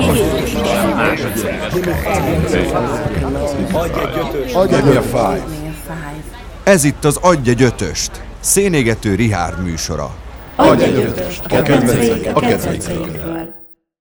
Ez itt az Adj egy ötöst, szénégető Richárd műsora. Adj egy ötöst, a kedvencekről.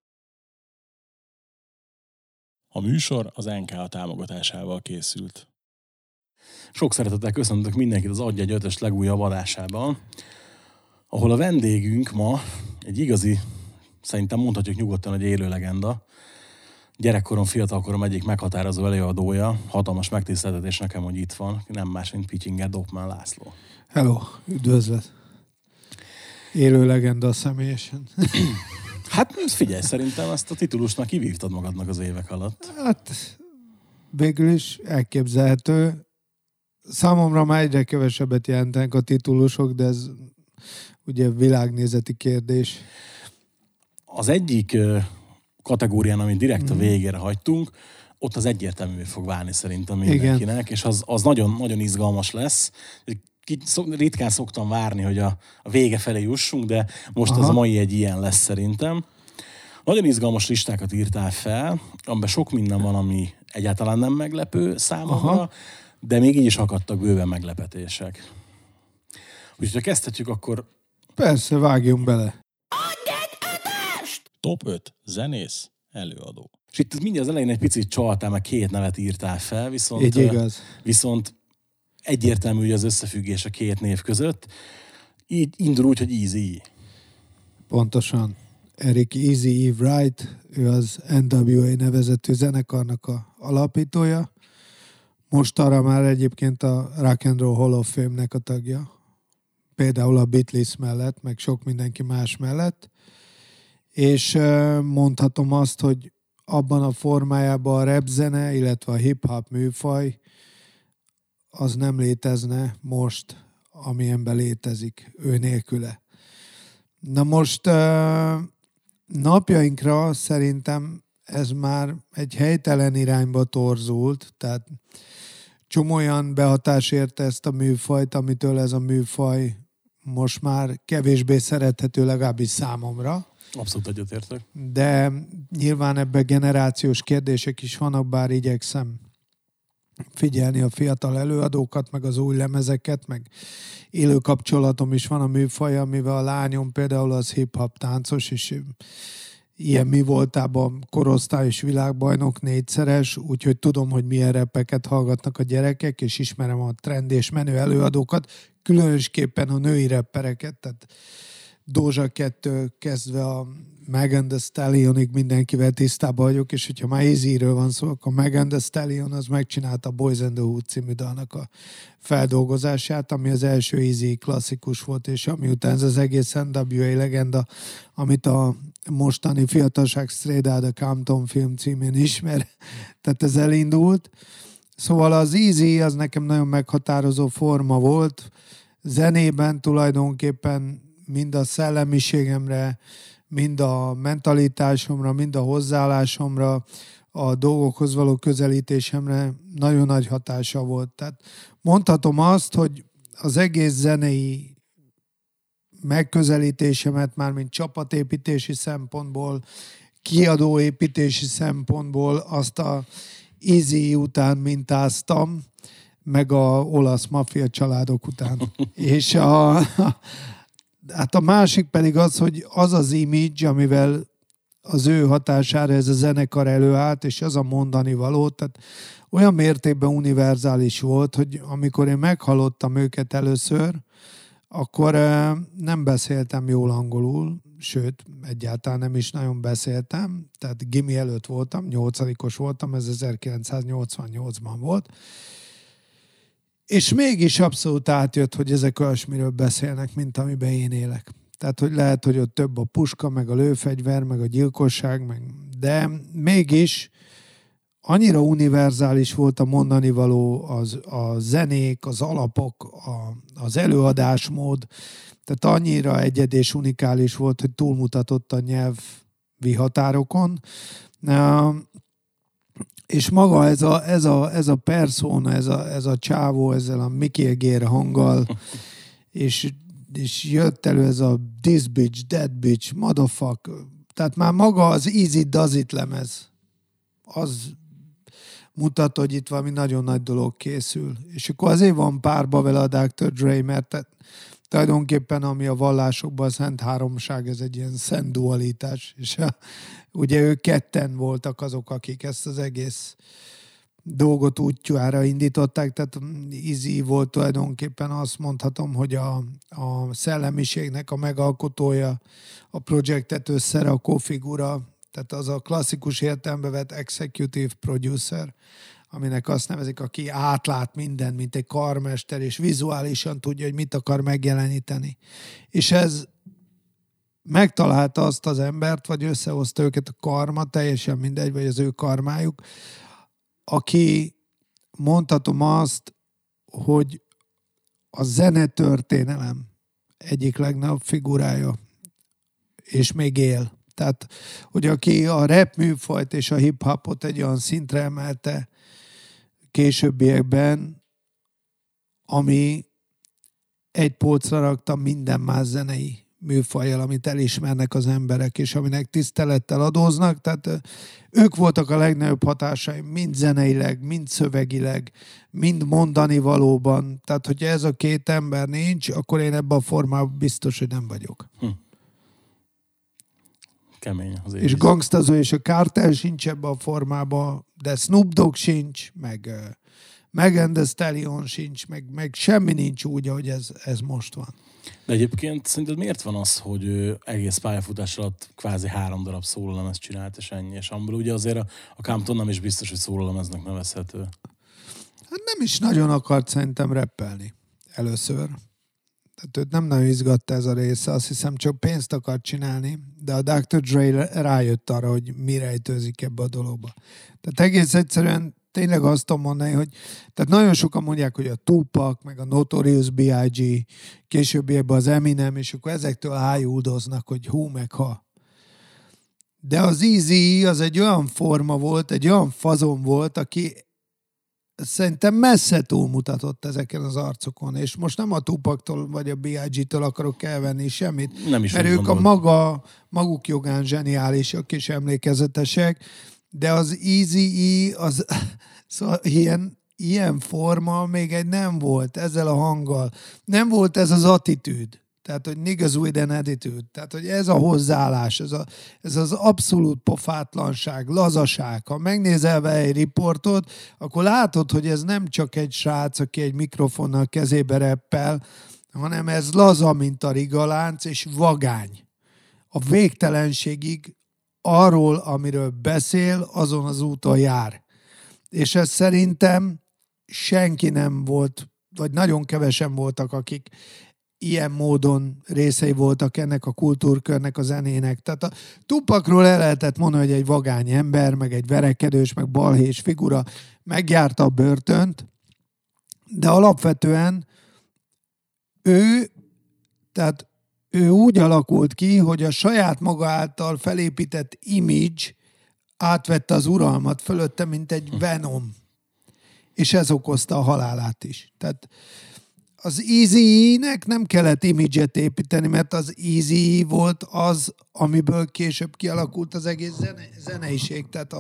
A műsor az NKA támogatásával készült. Sok szeretettel köszöntök mindenkit az Adj egy ötöst legújabb adásában, ahol a vendégünk ma egy igazi, szerintem mondhatjuk nyugodtan, egy élő legenda. Gyerekkorom, fiatalkorom egyik meghatározó előadója, hatalmas megtiszteltetés nekem, hogy itt van, nem más, mint Pityinger Doppmann László. Hello, üdvözlet. Élő legenda személyesen. Hát figyelj, szerintem ezt a titulusnak kivívtad magadnak az évek alatt. Hát végül is elképzelhető. Számomra már egyre kevesebbet jelentenek a titulusok, de ez ugye világnézeti kérdés. Az egyik kategórián, amit direkt a végére hagytunk, ott az egyértelművé fog válni szerintem mindenkinek, igen. És az nagyon, nagyon izgalmas lesz. Ritkán szoktam várni, hogy a vége felé jussunk, de most ez a mai egy ilyen lesz szerintem. Nagyon izgalmas listákat írtál fel, amiben sok minden van, ami egyáltalán nem meglepő számomra, de még így is akadtak bőven meglepetések. Úgyhogy ha kezdhetjük, akkor... Persze, vágjunk bele. Top 5 zenész, előadó. És itt mindjárt az elején egy picit csaltál, meg 2 nevet írtál fel, viszont egyértelmű az összefüggés a 2 név között. Így indul úgy, hogy Eazy-E. Pontosan. Eric Eazy-E Wright, ő az NWA nevezetű zenekarnak a alapítója. Most arra már egyébként a Rock and Roll Hall of Fame-nek a tagja. Például a Beatles mellett, meg sok mindenki más mellett. És mondhatom azt, hogy abban a formájában a rap zene, illetve a hip-hop műfaj az nem létezne most, amilyenben létezik ő nélküle. Na most napjainkra szerintem ez már egy helytelen irányba torzult, tehát csomó olyan behatás érte ezt a műfajt, amitől ez a műfaj most már kevésbé szerethető, legalábbis számomra. Abszolút egyetértek. De nyilván ebben generációs kérdések is vannak, bár igyekszem figyelni a fiatal előadókat, meg az új lemezeket, meg élő kapcsolatom is van a műfaj, amivel a lányom például az hip-hop táncos, és ilyen mi voltában korosztályos világbajnok 4-szeres, úgyhogy tudom, hogy milyen repeket hallgatnak a gyerekek, és ismerem a trend és menő előadókat, különösképpen a női rappereket, tehát Doja 2 kezdve a Megan Thee Stallionig mindenkivel tisztában vagyok, és hogyha már Eazy-ről van szó, akkor Megan Thee Stallion az megcsinálta a Boys and the Hood című dalnak a feldolgozását, ami az első Eazy klasszikus volt, és ami után ez az egész NWA legenda, amit a mostani fiatalság Straight Outta Compton film címén ismer, tehát ez elindult. Szóval az Eazy az nekem nagyon meghatározó forma volt, zenében tulajdonképpen mind a szellemiségemre, mind a mentalitásomra, mind a hozzáállásomra, a dolgokhoz való közelítésemre nagyon nagy hatása volt. Tehát mondhatom azt, hogy az egész zenei megközelítésemet már mint csapatépítési szempontból, kiadóépítési szempontból azt a Eazy után mintáztam, meg a olasz maffia családok után. És hát a másik pedig az, hogy az az image, amivel az ő hatására ez a zenekar előállt, és az a mondani való, tehát olyan mértékben univerzális volt, hogy amikor én meghallottam őket először, akkor nem beszéltem jól angolul, sőt, egyáltalán nem is nagyon beszéltem, tehát gimi előtt voltam, 8-os voltam, ez 1988-ban volt, és mégis abszolút átjött, hogy ezek olyasmiről beszélnek, mint amiben én élek. Tehát, hogy lehet, hogy ott több a puska, meg a lőfegyver, meg a gyilkosság, de mégis annyira univerzális volt a mondani való, a zenék, az alapok, az előadásmód, tehát annyira egyedi és unikális volt, hogy túlmutatott a nyelvi határokon. És maga ez a persona, ez a csávó, ezzel a Mickey Egér hanggal, és jött elő ez a this bitch, that bitch, motherfucker, Tehát már maga az Easy Does It lemez, az mutat, hogy itt valami nagyon nagy dolog készül. És akkor azért van párba vele a Dr. Dre, mert tulajdonképpen ami a vallásokban a szent háromság, ez egy ilyen szent dualitás. És ugye ők ketten voltak azok, akik ezt az egész dolgot útjára indították, tehát Easy volt tulajdonképpen, azt mondhatom, hogy a szellemiségnek a megalkotója, a projektet összerakó figura, tehát az a klasszikus értelembe vett executive producer, aminek azt nevezik, aki átlát mindent, mint egy karmester, és vizuálisan tudja, hogy mit akar megjeleníteni. És ez megtalálta azt az embert, vagy összehozta őket a karma, teljesen mindegy, vagy az ő karmájuk, aki, mondhatom azt, hogy a zenetörténelem egyik legnagyobb figurája, és még él. Tehát, hogy aki a rap műfajt és a hip-hopot egy olyan szintre emelte későbbiekben, ami egy polcra rakta minden más zenei műfajjal, amit elismernek az emberek, és aminek tisztelettel adóznak. Tehát ők voltak a legnagyobb hatásaim, mind zeneileg, mind szövegileg, mind mondani valóban. Tehát, hogyha ez a két ember nincs, akkor én ebben a formában biztos, hogy nem vagyok. Kemény azért. És Gangsta Zoe és a Cartel sincs ebben a formában, de Snoop Dogg sincs, meg Megan Thee Stallion sincs, meg semmi nincs úgy, ahogy ez most van. De egyébként szerinted miért van az, hogy ő egész pályafutás alatt kvázi 3 darab szólólemezt csinált, és ennyi, és amiből ugye azért a Compton nem is biztos, hogy szólólemeznek nevezhető. Hát nem is nagyon akart szerintem rappelni először. Tehát őt nem nagyon izgatta ez a része, azt hiszem csak pénzt akart csinálni, de a Dr. Dre rájött arra, hogy mi rejtőzik ebbe a dologba. Tehát egész egyszerűen tényleg azt tudom mondani, hogy tehát nagyon sokan mondják, hogy a Tupac, meg a Notorious B.I.G. későbbiekben az Eminem, és akkor ezektől ájuldoznak, hogy hú, meg ha. De az Eazy az egy olyan forma volt, egy olyan fazon volt, aki szerintem messze túlmutatott ezeken az arcokon, és most nem a Tupac-tól vagy a B.I.G.-től akarok elvenni semmit, nem is mert ők maguk jogán zseniálisak és emlékezetesek, de az Eazy-E az szóval ilyen forma még egy nem volt ezzel a hanggal. Nem volt ez az attitűd. Tehát, hogy niggas with an attitude. Tehát, hogy ez a hozzáállás, ez az abszolút pofátlanság, lazaság. Ha megnézel vele egy riportot, akkor látod, hogy ez nem csak egy srác, aki egy mikrofonnal kezébe reppel, hanem ez laza, mint a rigalánc, és vagány. A végtelenségig arról, amiről beszél, azon az úton jár. És ez szerintem senki nem volt, vagy nagyon kevesen voltak, akik ilyen módon részei voltak ennek a kultúrkörnek, a zenének. Tehát a Tupacról el lehetett mondani, hogy egy vagány ember, meg egy verekedős, meg balhés figura megjárta a börtönt, de alapvetően ő úgy alakult ki, hogy a saját maga által felépített image átvette az uralmat fölötte, mint egy Venom. És ez okozta a halálát is. Tehát az Eazy-nek nem kellett image-et építeni, mert az Eazy volt az, amiből később kialakult az egész zeneiség. Tehát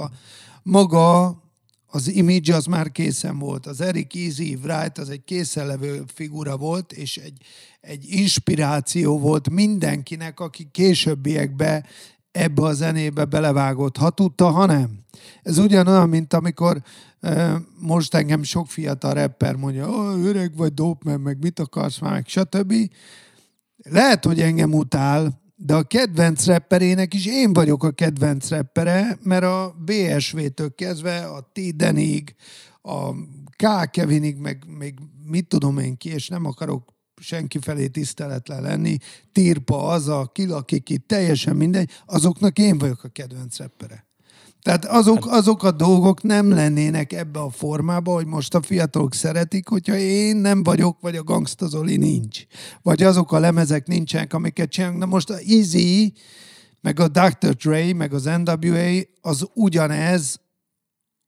az image az már készen volt. Az Eric Easy Wright az egy készenlevő figura volt, és egy inspiráció volt mindenkinek, aki későbbiekben ebbe a zenébe belevágott, ha tudta, ha nem. Ez ugyanolyan, mint amikor most engem sok fiatal rapper mondja, öreg vagy dope, meg mit akarsz már, meg stb. Lehet, hogy engem utál, de a kedvenc rapperének is én vagyok a kedvenc rappere, mert a BSV-től kezdve a T-Denig, a K. Kevinig, meg még mit tudom én ki, és nem akarok senki felé tiszteletlen lenni, Tirpa, az Kilakiki, teljesen mindegy, azoknak én vagyok a kedvenc rappere. Tehát azok a dolgok nem lennének ebbe a formába, hogy most a fiatalok szeretik, hogyha én nem vagyok, vagy a Gangsta Zoli nincs. Vagy azok a lemezek nincsenek, amiket csinálunk. Na most a Eazy, meg a Dr. Dre, meg az NWA, az ugyanez,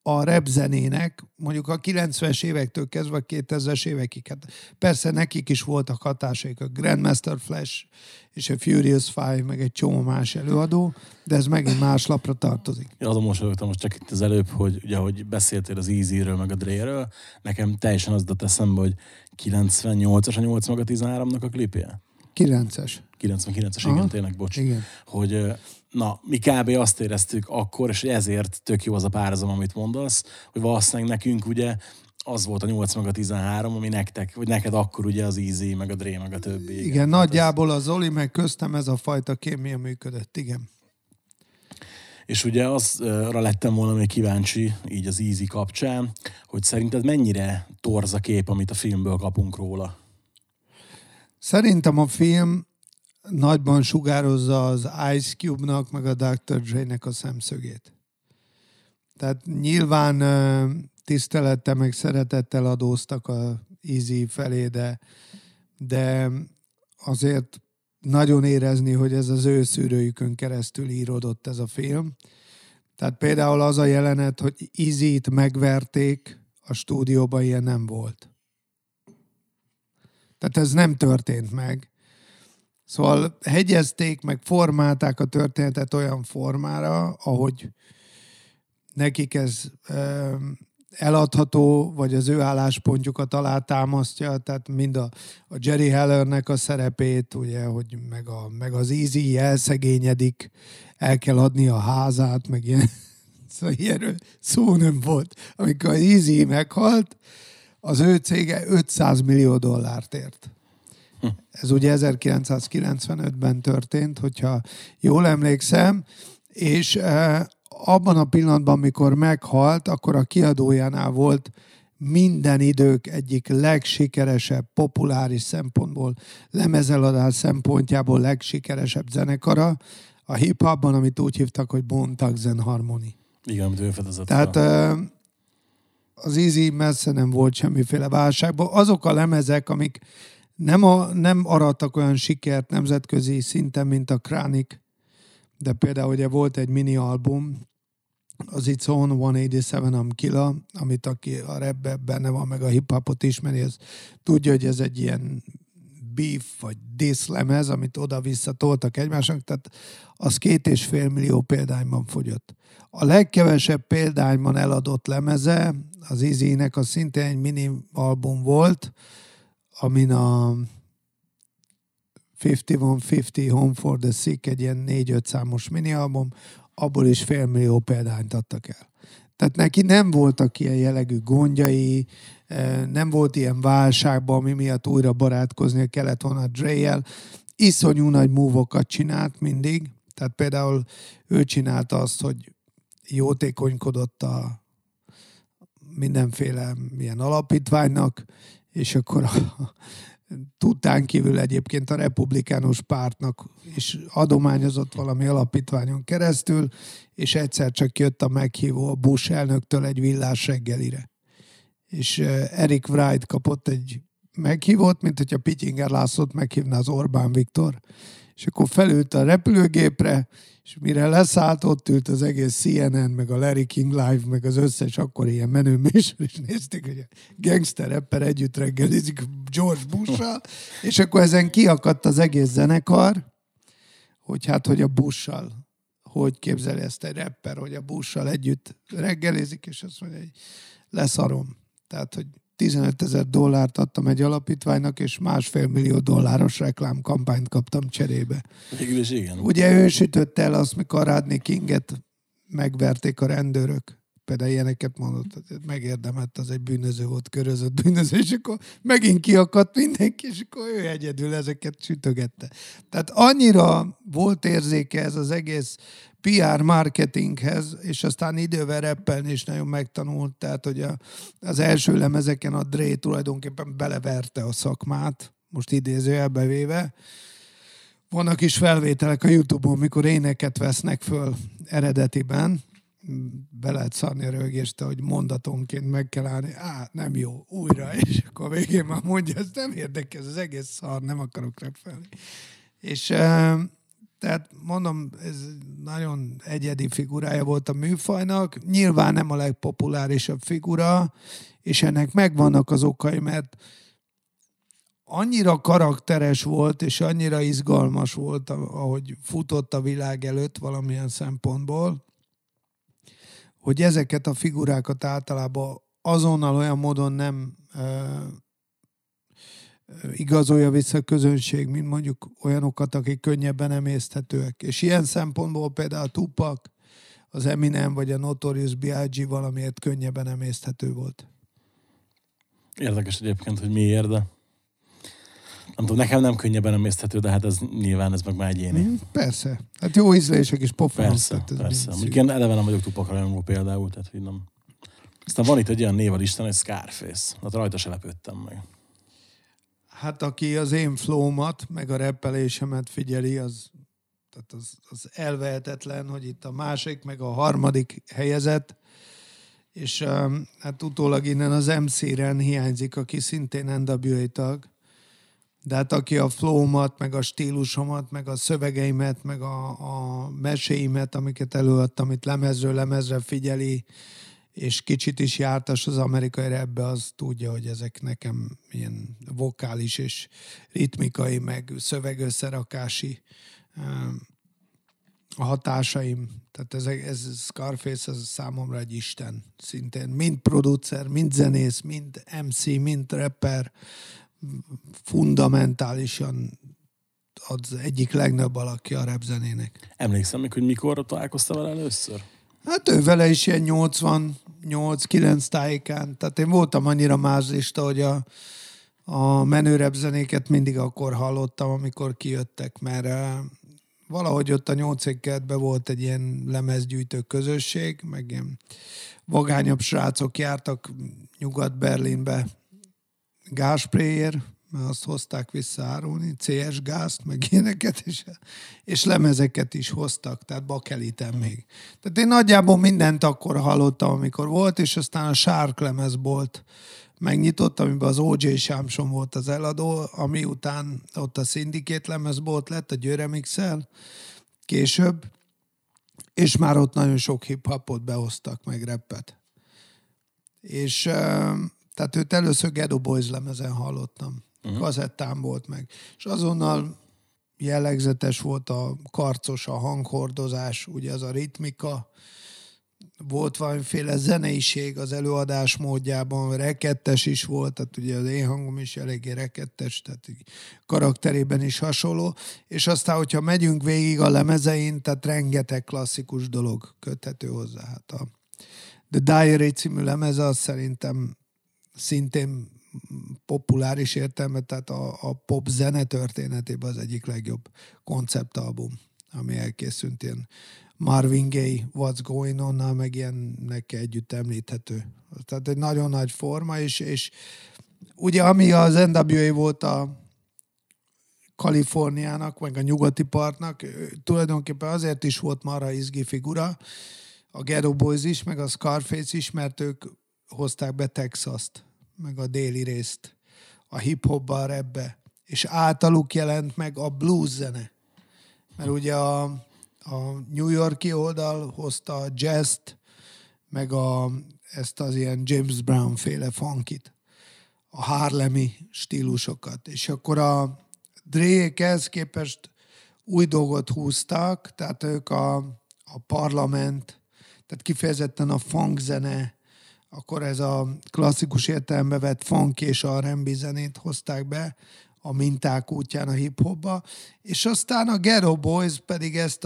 a rap zenének, mondjuk a 90-es évektől kezdve a 2000-es évekig. Hát persze nekik is voltak hatásaik, a Grandmaster Flash és a Furious Five, meg egy csomó más előadó, de ez megint más lapra tartozik. Én azon mosolyogtam most csak itt az előbb, hogy ugye, hogy beszéltél az Eazy-ről, meg a Dre-ről, nekem teljesen az jutott eszembe, hogy 98-as a 8 maga 13-nak a klipje? 9-es. 99-es, igen, tényleg, bocs. Igen. Hogy na, mi kb. Azt éreztük akkor, és ezért tök jó az a párhuzam, amit mondasz, hogy valószínűleg nekünk ugye az volt a 8 meg a 13, ami nektek, vagy neked akkor ugye az Eazy, meg a Dre, meg a többi. Igen, nagyjából az Zoli, meg köztem ez a fajta kémia működött, igen. És ugye arra lettem volna még kíváncsi, így az Eazy kapcsán, hogy szerinted mennyire torz a kép, amit a filmből kapunk róla? Szerintem a film nagyban sugározza az Ice Cube-nak, meg a Dr. Dre-nek a szemszögét. Tehát nyilván tisztelettel, meg szeretettel adóztak a Eazy felé, de azért nagyon érezni, hogy ez az ő szűrőjükön keresztül íródott ez a film. Tehát például az a jelenet, hogy Eazyt megverték a stúdióban, ilyen nem volt. Tehát ez nem történt meg. Szóval hegyezték, meg formálták a történetet olyan formára, ahogy nekik ez eladható, vagy az ő álláspontjukat alátámasztja, tehát mind a Jerry Hellernek a szerepét, ugye, hogy meg az Eazy elszegényedik, el kell adni a házát, meg ilyen. Szóval ilyenről szó nem volt. Amikor az Eazy meghalt, az ő cége $500 millió ért. Ez ugye 1995-ben történt, hogyha jól emlékszem, és abban a pillanatban, amikor meghalt, akkor a kiadójánál volt minden idők egyik legsikeresebb, populáris szempontból, lemezeladás szempontjából legsikeresebb zenekara, a hip-hopban, amit úgy hívtak, hogy Bone Thugs and Harmony. Igen, amit ő fedezett. Tehát az Eazy messze nem volt semmiféle válságban. Azok a lemezek, amik nem arattak olyan sikert nemzetközi szinten, mint a Chronic, de például ugye volt egy mini album, az It's On 187 I'm Killa, amit aki a rapben benne van, meg a hip-hopot ismeri, az tudja, hogy ez egy ilyen beef vagy diss lemez, amit oda-vissza toltak egymásnak, tehát az 2,5 millió példányban fogyott. A legkevesebb példányban eladott lemeze az Eazy-nek az szintén egy mini album volt, amin a 5150 Home for the Sick, egy ilyen 4-5 számos mini album, abból is 500 000 példányt adtak el. Tehát neki nem voltak ilyen jellegű gondjai, nem volt ilyen válságban, ami miatt újra barátkoznia kellett volna Dre-jel. Iszonyú nagy move-okat csinált mindig. Tehát például ő csinálta azt, hogy jótékonykodott a mindenféle ilyen alapítványnak, és akkor tudtán kívül egyébként a republikánus pártnak is adományozott valami alapítványon keresztül, és egyszer csak jött a meghívó a Bush elnöktől egy villás reggelire. És Eric Wright kapott egy meghívót, mint hogyha Pityinger Lászlót meghívna az Orbán Viktor. És akkor felült a repülőgépre, és mire leszállt, ott ült az egész CNN, meg a Larry King Live, meg az összes akkor ilyen menő műsor, és nézték, hogy a gangster rapper együtt reggelizik George Bush-sal, és akkor ezen kiakadt az egész zenekar, hogy hát, hogy a Bush-sal, hogy képzeli ezt egy rapper, hogy a Bush-sal együtt reggelizik, és azt mondja, hogy leszarom. Tehát, hogy $15,000 adtam egy alapítványnak, és $1,5 millió reklámkampányt kaptam cserébe. Végül is igen. Ugye ő sütötte el azt, mikor Rodney Kinget megverték a rendőrök. Például ilyeneket mondott, hogy megérdemelt, az egy bűnöző volt, körözött bűnöző, és akkor megint kiakadt mindenki, és akkor ő egyedül ezeket sütögette. Tehát annyira volt érzéke ez az egész PR marketinghez, és aztán idővel rappelni is nagyon megtanult, tehát hogy az első lemezeken a Dre tulajdonképpen beleverte a szakmát, most idézőjelbe véve. Vannak is felvételek a YouTube-on, mikor éneket vesznek föl eredetiben, be lehet szarni a rögést, hogy mondatonként meg kell állni, nem jó, újra, és akkor végén már mondja, ez nem érdekel, ez az egész szar, nem akarok rappelni. És tehát mondom, ez nagyon egyedi figurája volt a műfajnak. Nyilván nem a legpopulárisabb figura, és ennek megvannak az okai, mert annyira karakteres volt, és annyira izgalmas volt, ahogy futott a világ előtt valamilyen szempontból, hogy ezeket a figurákat általában azonnal olyan módon nem igazolja vissza a közönség, mint mondjuk olyanokat, akik könnyebben emészthetőek. És ilyen szempontból például a Tupac, az Eminem vagy a Notorious B.I.G. valamiért könnyebben emészthető volt. Érdekes egyébként, hogy miért, de nem tudom, nekem nem könnyebben emészthető, de hát ez nyilván ez meg már egyéni. Persze. Hát jó ízlések is pofonok. Persze. Mondjuk én eleve nem vagyok Tupac rajongó például, tehát hogy nem. Aztán van itt egy olyan név a listán, hogy Scarface. Hát rajta se lepődtem meg. Hát aki az én flow-mat, meg a rappelésemet figyeli, az elvehetetlen, hogy itt a másik, meg a harmadik helyezett, és hát utólag innen az MC-ren hiányzik, aki szintén NWA tag, de hát aki a flow-mat, meg a stílusomat, meg a szövegeimet, meg a meséimet, amiket előadtam itt lemezről lemezre figyeli, és kicsit is jártas az amerikai rapbe, az tudja, hogy ezek nekem ilyen vokális és ritmikai, meg szövegösszerakási a hatásaim. Tehát ez Scarface, ez számomra egy isten szintén. Mind producer, mind zenész, mind MC, mind rapper. Fundamentálisan az egyik legnagyobb alakja a rap zenének. Emlékszem még, hogy mikor találkoztam vele először? Hát ő vele is ilyen 88-9 tájékán. Tehát én voltam annyira mázlista, hogy a menő rap zenéket mindig akkor hallottam, amikor kijöttek, mert valahogy ott a 8-2-ben volt egy ilyen lemezgyűjtő közösség, meg ilyen vagányabb srácok jártak Nyugat-Berlinbe gázspréért, mert azt hozták vissza árulni, CS gázt, meg ilyeneket, és lemezeket is hoztak, tehát bakeliten még. Tehát én nagyjából mindent akkor hallottam, amikor volt, és aztán a Shark lemezbolt megnyitott, amiben az O.J. Samson volt az eladó, ami után ott a Syndicate lemezbolt lett, a Győremix-el később, és már ott nagyon sok hip-hopot behoztak, meg rappet. És tehát őt először Ghetto Boys lemezen hallottam. Kazettán volt meg. És azonnal jellegzetes volt a karcos, a hanghordozás, ugye az a ritmika, volt valamiféle zeneiség az előadás módjában, rekettes is volt, tehát ugye az én hangom is eléggé rekettes, tehát karakterében is hasonló, és aztán, hogyha megyünk végig a lemezein, tehát rengeteg klasszikus dolog köthető hozzá. Hát a The Diary című lemeze, az szerintem szintén populáris értelme, tehát a pop zene történetében az egyik legjobb konceptalbum, ami elkészült ilyen Marvin Gaye, What's Going On-nal, meg ilyennek együtt említhető. Tehát egy nagyon nagy forma, és ugye ami az NWA volt a Kaliforniának, meg a nyugati partnak, tulajdonképpen azért is volt marha izgi figura, a Ghetto Boys is, meg a Scarface is, mert ők hozták be Texast, meg a déli részt, a hip-hopba, a rapbe, és általuk jelent meg a blues zene. Mert ugye a New Yorki oldal hozta a jazzt, meg ezt az ilyen James Brown féle funkit, a harlemi stílusokat. És akkor a Dre-hez képest új dolgot húztak, tehát ők a parlament, tehát kifejezetten a funk zene, akkor ez a klasszikus értelembe vett funk és a R&B zenét hozták be a minták útján a hip-hopba, és aztán a Ghetto Boys pedig ezt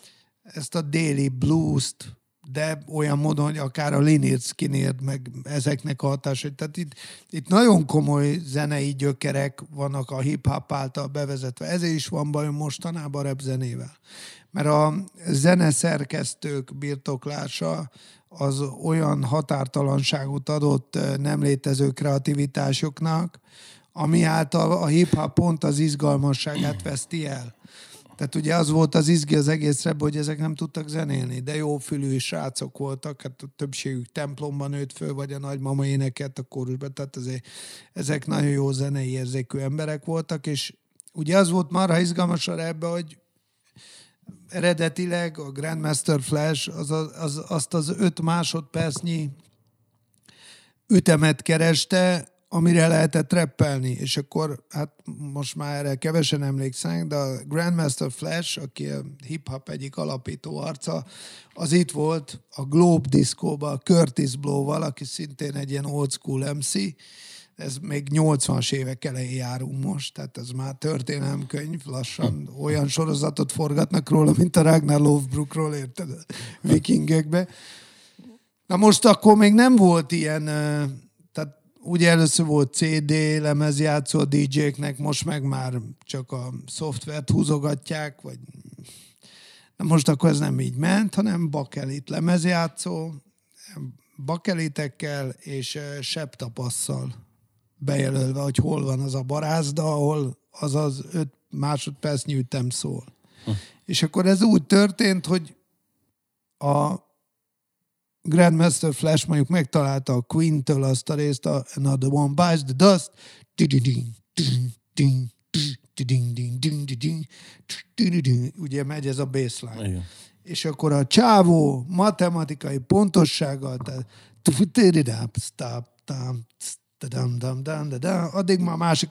a déli blues-t, de olyan módon, hogy akár a Lynyrd Skynyrd, meg ezeknek a hatásai. Tehát itt nagyon komoly zenei gyökerek vannak a hip-hop által bevezetve. Ezért is van bajom mostanában a rap zenével. Mert a zeneszerkesztők birtoklása az olyan határtalanságot adott nem létező kreativitásoknak, ami által a hip-hop pont az izgalmasságát veszti el. Tehát ugye az volt az izgi az egész rap, hogy ezek nem tudtak zenélni, de jó fülű srácok voltak, hát a többségük templomban nőtt föl, vagy a nagymama énekelt a kórusban, tehát azért ezek nagyon jó zenei érzékű emberek voltak, és ugye az volt marha izgalmas a rapben, hogy eredetileg a Grandmaster Flash azt az 5 másodpercnyi ütemet kereste, amire lehetett rappelni, és akkor, hát most már erre kevesen emlékszem, de a Grandmaster Flash, aki a hip-hop egyik alapító arca, az itt volt a Globe Disco-ban, Curtis Blow-val, aki szintén egy ilyen old school MC, ez még 80-as évek elején járunk most, tehát ez már történelemkönyv, lassan olyan sorozatot forgatnak róla, mint a Ragnar Lothbrokról, érted? A vikingekbe. Na most akkor még nem volt ilyen, tehát ugye először volt CD, lemezjátszó a DJ-knek, most meg már csak a szoftvert húzogatják, vagy... Na most akkor ez nem így ment, hanem bakelit lemezjátszó, bakelitekkel és sebtapasszal bejelölve, hogy hol van az a barázda, ahol az 5 másodpercnyi ütem szól. És akkor ez úgy történt, hogy a Grandmaster Flash mondjuk megtalálta a Queen-től azt a részt, a Another One Bites the Dust, ugye megy ez a bassline. Igen. És akkor a csávó matematikai pontossággal, addig már másik,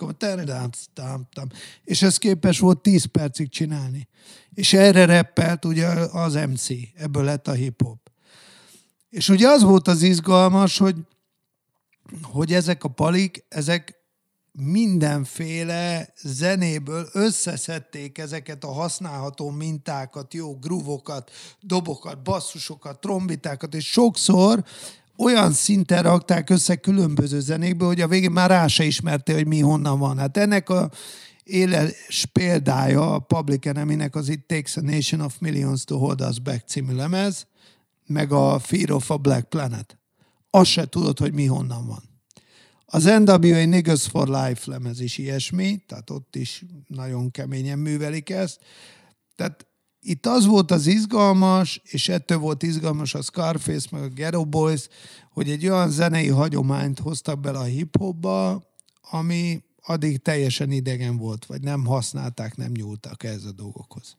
és ez képes volt 10 percig csinálni. És erre rappelt ugye az MC, ebből lett a hip-hop. És ugye az volt az izgalmas, hogy ezek a palik, ezek mindenféle zenéből összeszedték ezeket a használható mintákat, jó groovokat, dobokat, basszusokat, trombitákat, és sokszor olyan szinten rakták össze különböző zenékből, hogy a végén már rá se ismerte, hogy mi honnan van. Hát ennek a éles példája a Public Enemy-nek az It Takes a Nation of Millions to Hold Us Back című lemez, meg a Fear of a Black Planet. Azt se tudod, hogy mi honnan van. Az NWA Niggas for Life lemez is ilyesmi, tehát ott is nagyon keményen művelik ezt. Tehát itt az volt az izgalmas, és ettől volt izgalmas a Scarface, meg a Ghetto Boys, hogy egy olyan zenei hagyományt hoztak bele a hip-hopba, ami addig teljesen idegen volt, vagy nem használták, nem nyúltak ehhez a dolgokhoz.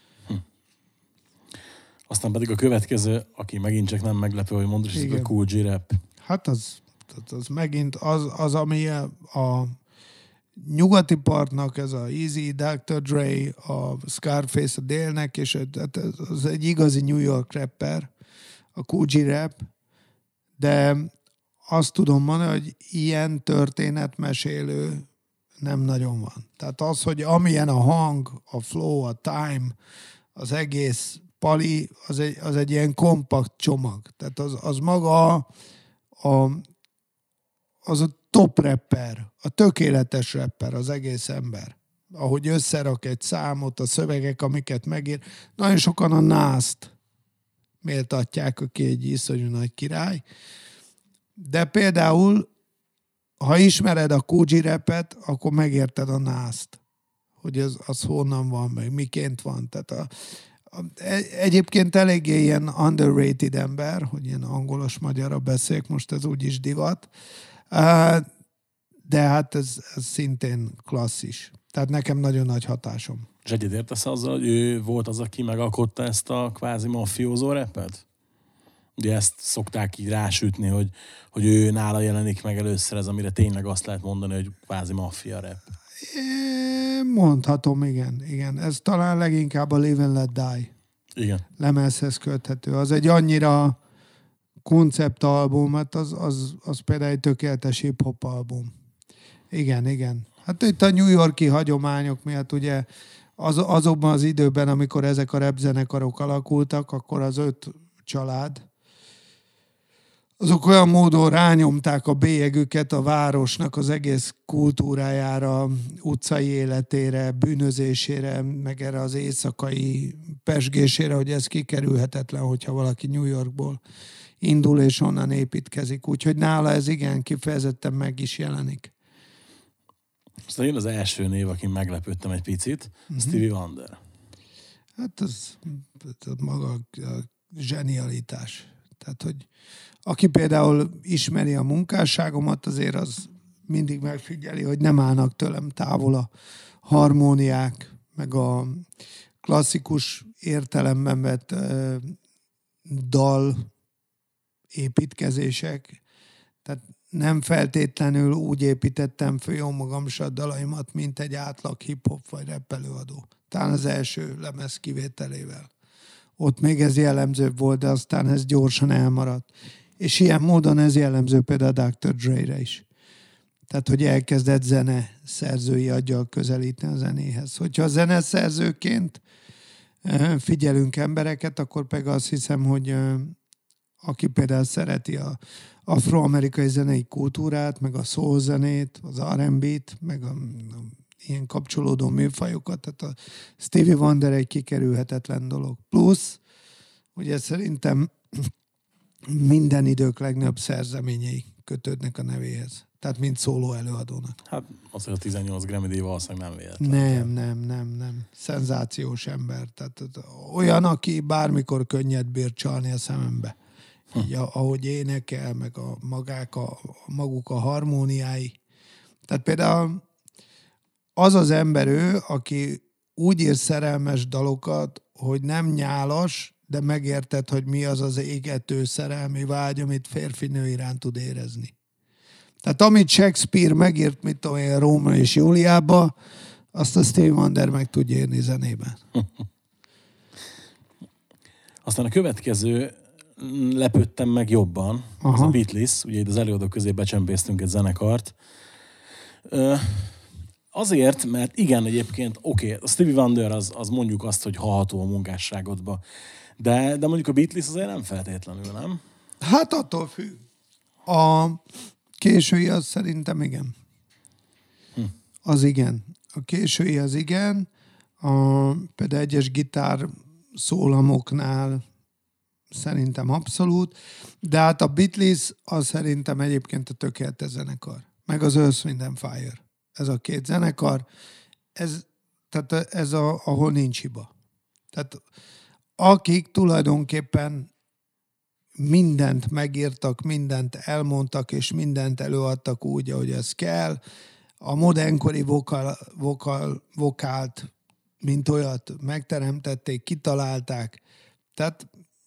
Aztán pedig a következő, aki megint csak nem meglepő, hogy mondod, hogy a Kool G Rap. Hát az megint az, ami a nyugati partnak, ez a Easy, Dr. Dre, a Scarface a délnek, és az egy igazi New York rapper, a Kool G Rap, de azt tudom mondani, hogy ilyen történetmesélő nem nagyon van. Tehát az, hogy amilyen a hang, a flow, a time, az egész pali, az egy ilyen kompakt csomag. Tehát az maga az a top rapper, a tökéletes rapper, az egész ember. Ahogy összerak egy számot, a szövegek, amiket megír. Nagyon sokan a Nas-t méltatják, aki egy iszonyú nagy király. De például, ha ismered a Kool G Rapet, akkor megérted a Nas-t, hogy az honnan van, meg miként van. Tehát egyébként eléggé ilyen underrated ember, hogy ilyen angolos-magyarra beszéljek, most ez úgyis divat. De hát ez szintén klasszis. Tehát nekem nagyon nagy hatásom. És egyetértesz azzal, hogy ő volt az, aki megalkotta ezt a kvázi mafiózó rappet? Ugye ezt szokták így rásütni, hogy ő nála jelenik meg először ez, amire tényleg azt lehet mondani, hogy kvázi maffia rap. Mondhatom, igen. Ez talán leginkább a Live and Let Die. Igen. Lemezhez köthető. Az egy annyira konceptalbum, hát az például egy tökéletes hip-hop album. Igen. Hát itt a New York-i hagyományok miatt ugye azokban az időben, amikor ezek a rap zenekarok alakultak, akkor az 5 család, azok olyan módon rányomták a bélyegüket a városnak az egész kultúrájára, utcai életére, bűnözésére, meg erre az éjszakai pezsgésére, hogy ez kikerülhetetlen, hogyha valaki New Yorkból indul és onnan építkezik. Úgyhogy nála ez igen, kifejezetten meg is jelenik. Aztán jön az első név, akin meglepődtem egy picit, Stevie Wonder. Hát ez maga a zsenialitás. Tehát, hogy aki például ismeri a munkásságomat, azért az mindig megfigyeli, hogy nem állnak tőlem távol a harmóniák, meg a klasszikus értelemben vett dal építkezések. Tehát nem feltétlenül úgy építettem föl jó magam a dalaimat, mint egy átlag hip-hop vagy rap előadó. Talán az első lemez kivételével. Ott még ez jellemző volt, de aztán ez gyorsan elmaradt. És ilyen módon ez jellemző például a Dr. Dre-re is. Tehát, hogy elkezdett zene szerzői aggyal közelíteni a zenéhez. Hogyha zeneszerzőként figyelünk embereket, akkor pedig azt hiszem, hogy aki például szereti az afroamerikai zenei kultúrát, meg a soul zenét, az R&B-t, meg a ilyen kapcsolódó műfajokat, tehát a Stevie Wonder egy kikerülhetetlen dolog. Plusz, ugye szerintem minden idők legnagyobb szerzeményei kötődnek a nevéhez. Tehát mint szóló előadónak. Hát az, hogy a 18 Grammy-díj valószínűleg nem véletlen. Nem. Szenzációs ember. Tehát olyan, aki bármikor könnyed bír csalni a szemembe. Így, ahogy énekel, meg maguk a harmóniái. Tehát például az ember ő, aki úgy ír szerelmes dalokat, hogy nem nyálas, de megérted, hogy mi az az égető szerelmi vágy, amit férfi-nő iránt tud érezni. Tehát amit Shakespeare megírt, mit tudom én, Róma és Júliába, azt a Stevie Wonder meg tudja írni zenében. Aztán a következő lepődtem meg jobban, az a Beatles, ugye itt az előadók közé becsempésztünk egy zenekart. Azért, mert igen, egyébként a Stevie Wonder az mondjuk azt, hogy hallható a munkásságodba, de mondjuk a Beatles azért nem feltétlenül, nem? Hát attól függ. A késői az szerintem igen. Az igen. A késői az igen. Például egyes gitár szólamoknál szerintem abszolút, de hát a Beatles az szerintem egyébként a tökéletes zenekar. Meg az Earth, Wind and Fire. Ez a két zenekar, ahol nincs hiba. Tehát akik tulajdonképpen mindent megírtak, mindent elmondtak, és mindent előadtak úgy, ahogy ez kell. A modernkori vokált, mint olyat megteremtették, kitalálták. Tehát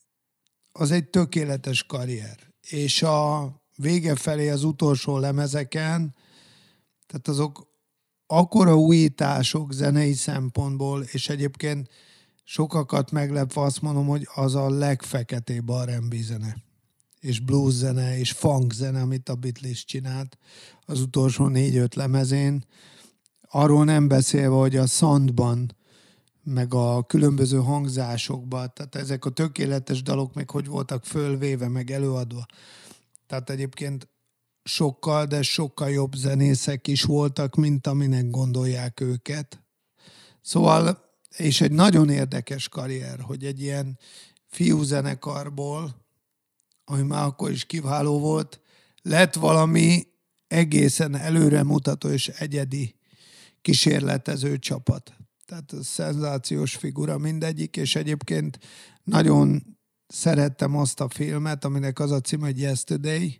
az egy tökéletes karrier. És a vége felé az utolsó lemezeken, tehát azok akkora újítások zenei szempontból, és egyébként sokakat meglepve azt mondom, hogy az a legfeketébb R&B zene, és blues zene, és funk zene, amit a Beatles csinált az utolsó 4-5 lemezén. Arról nem beszélve, hogy a soundban, meg a különböző hangzásokban, tehát ezek a tökéletes dalok meg hogy voltak fölvéve, meg előadva. Tehát egyébként sokkal, de sokkal jobb zenészek is voltak, mint aminek gondolják őket. Szóval, és egy nagyon érdekes karrier, hogy egy ilyen fiúzenekarból, ami már akkor is kiváló volt, lett valami egészen előremutató és egyedi kísérletező csapat. Tehát szenzációs figura mindegyik, és egyébként nagyon szerettem azt a filmet, aminek az a cím, hogy Yesterday,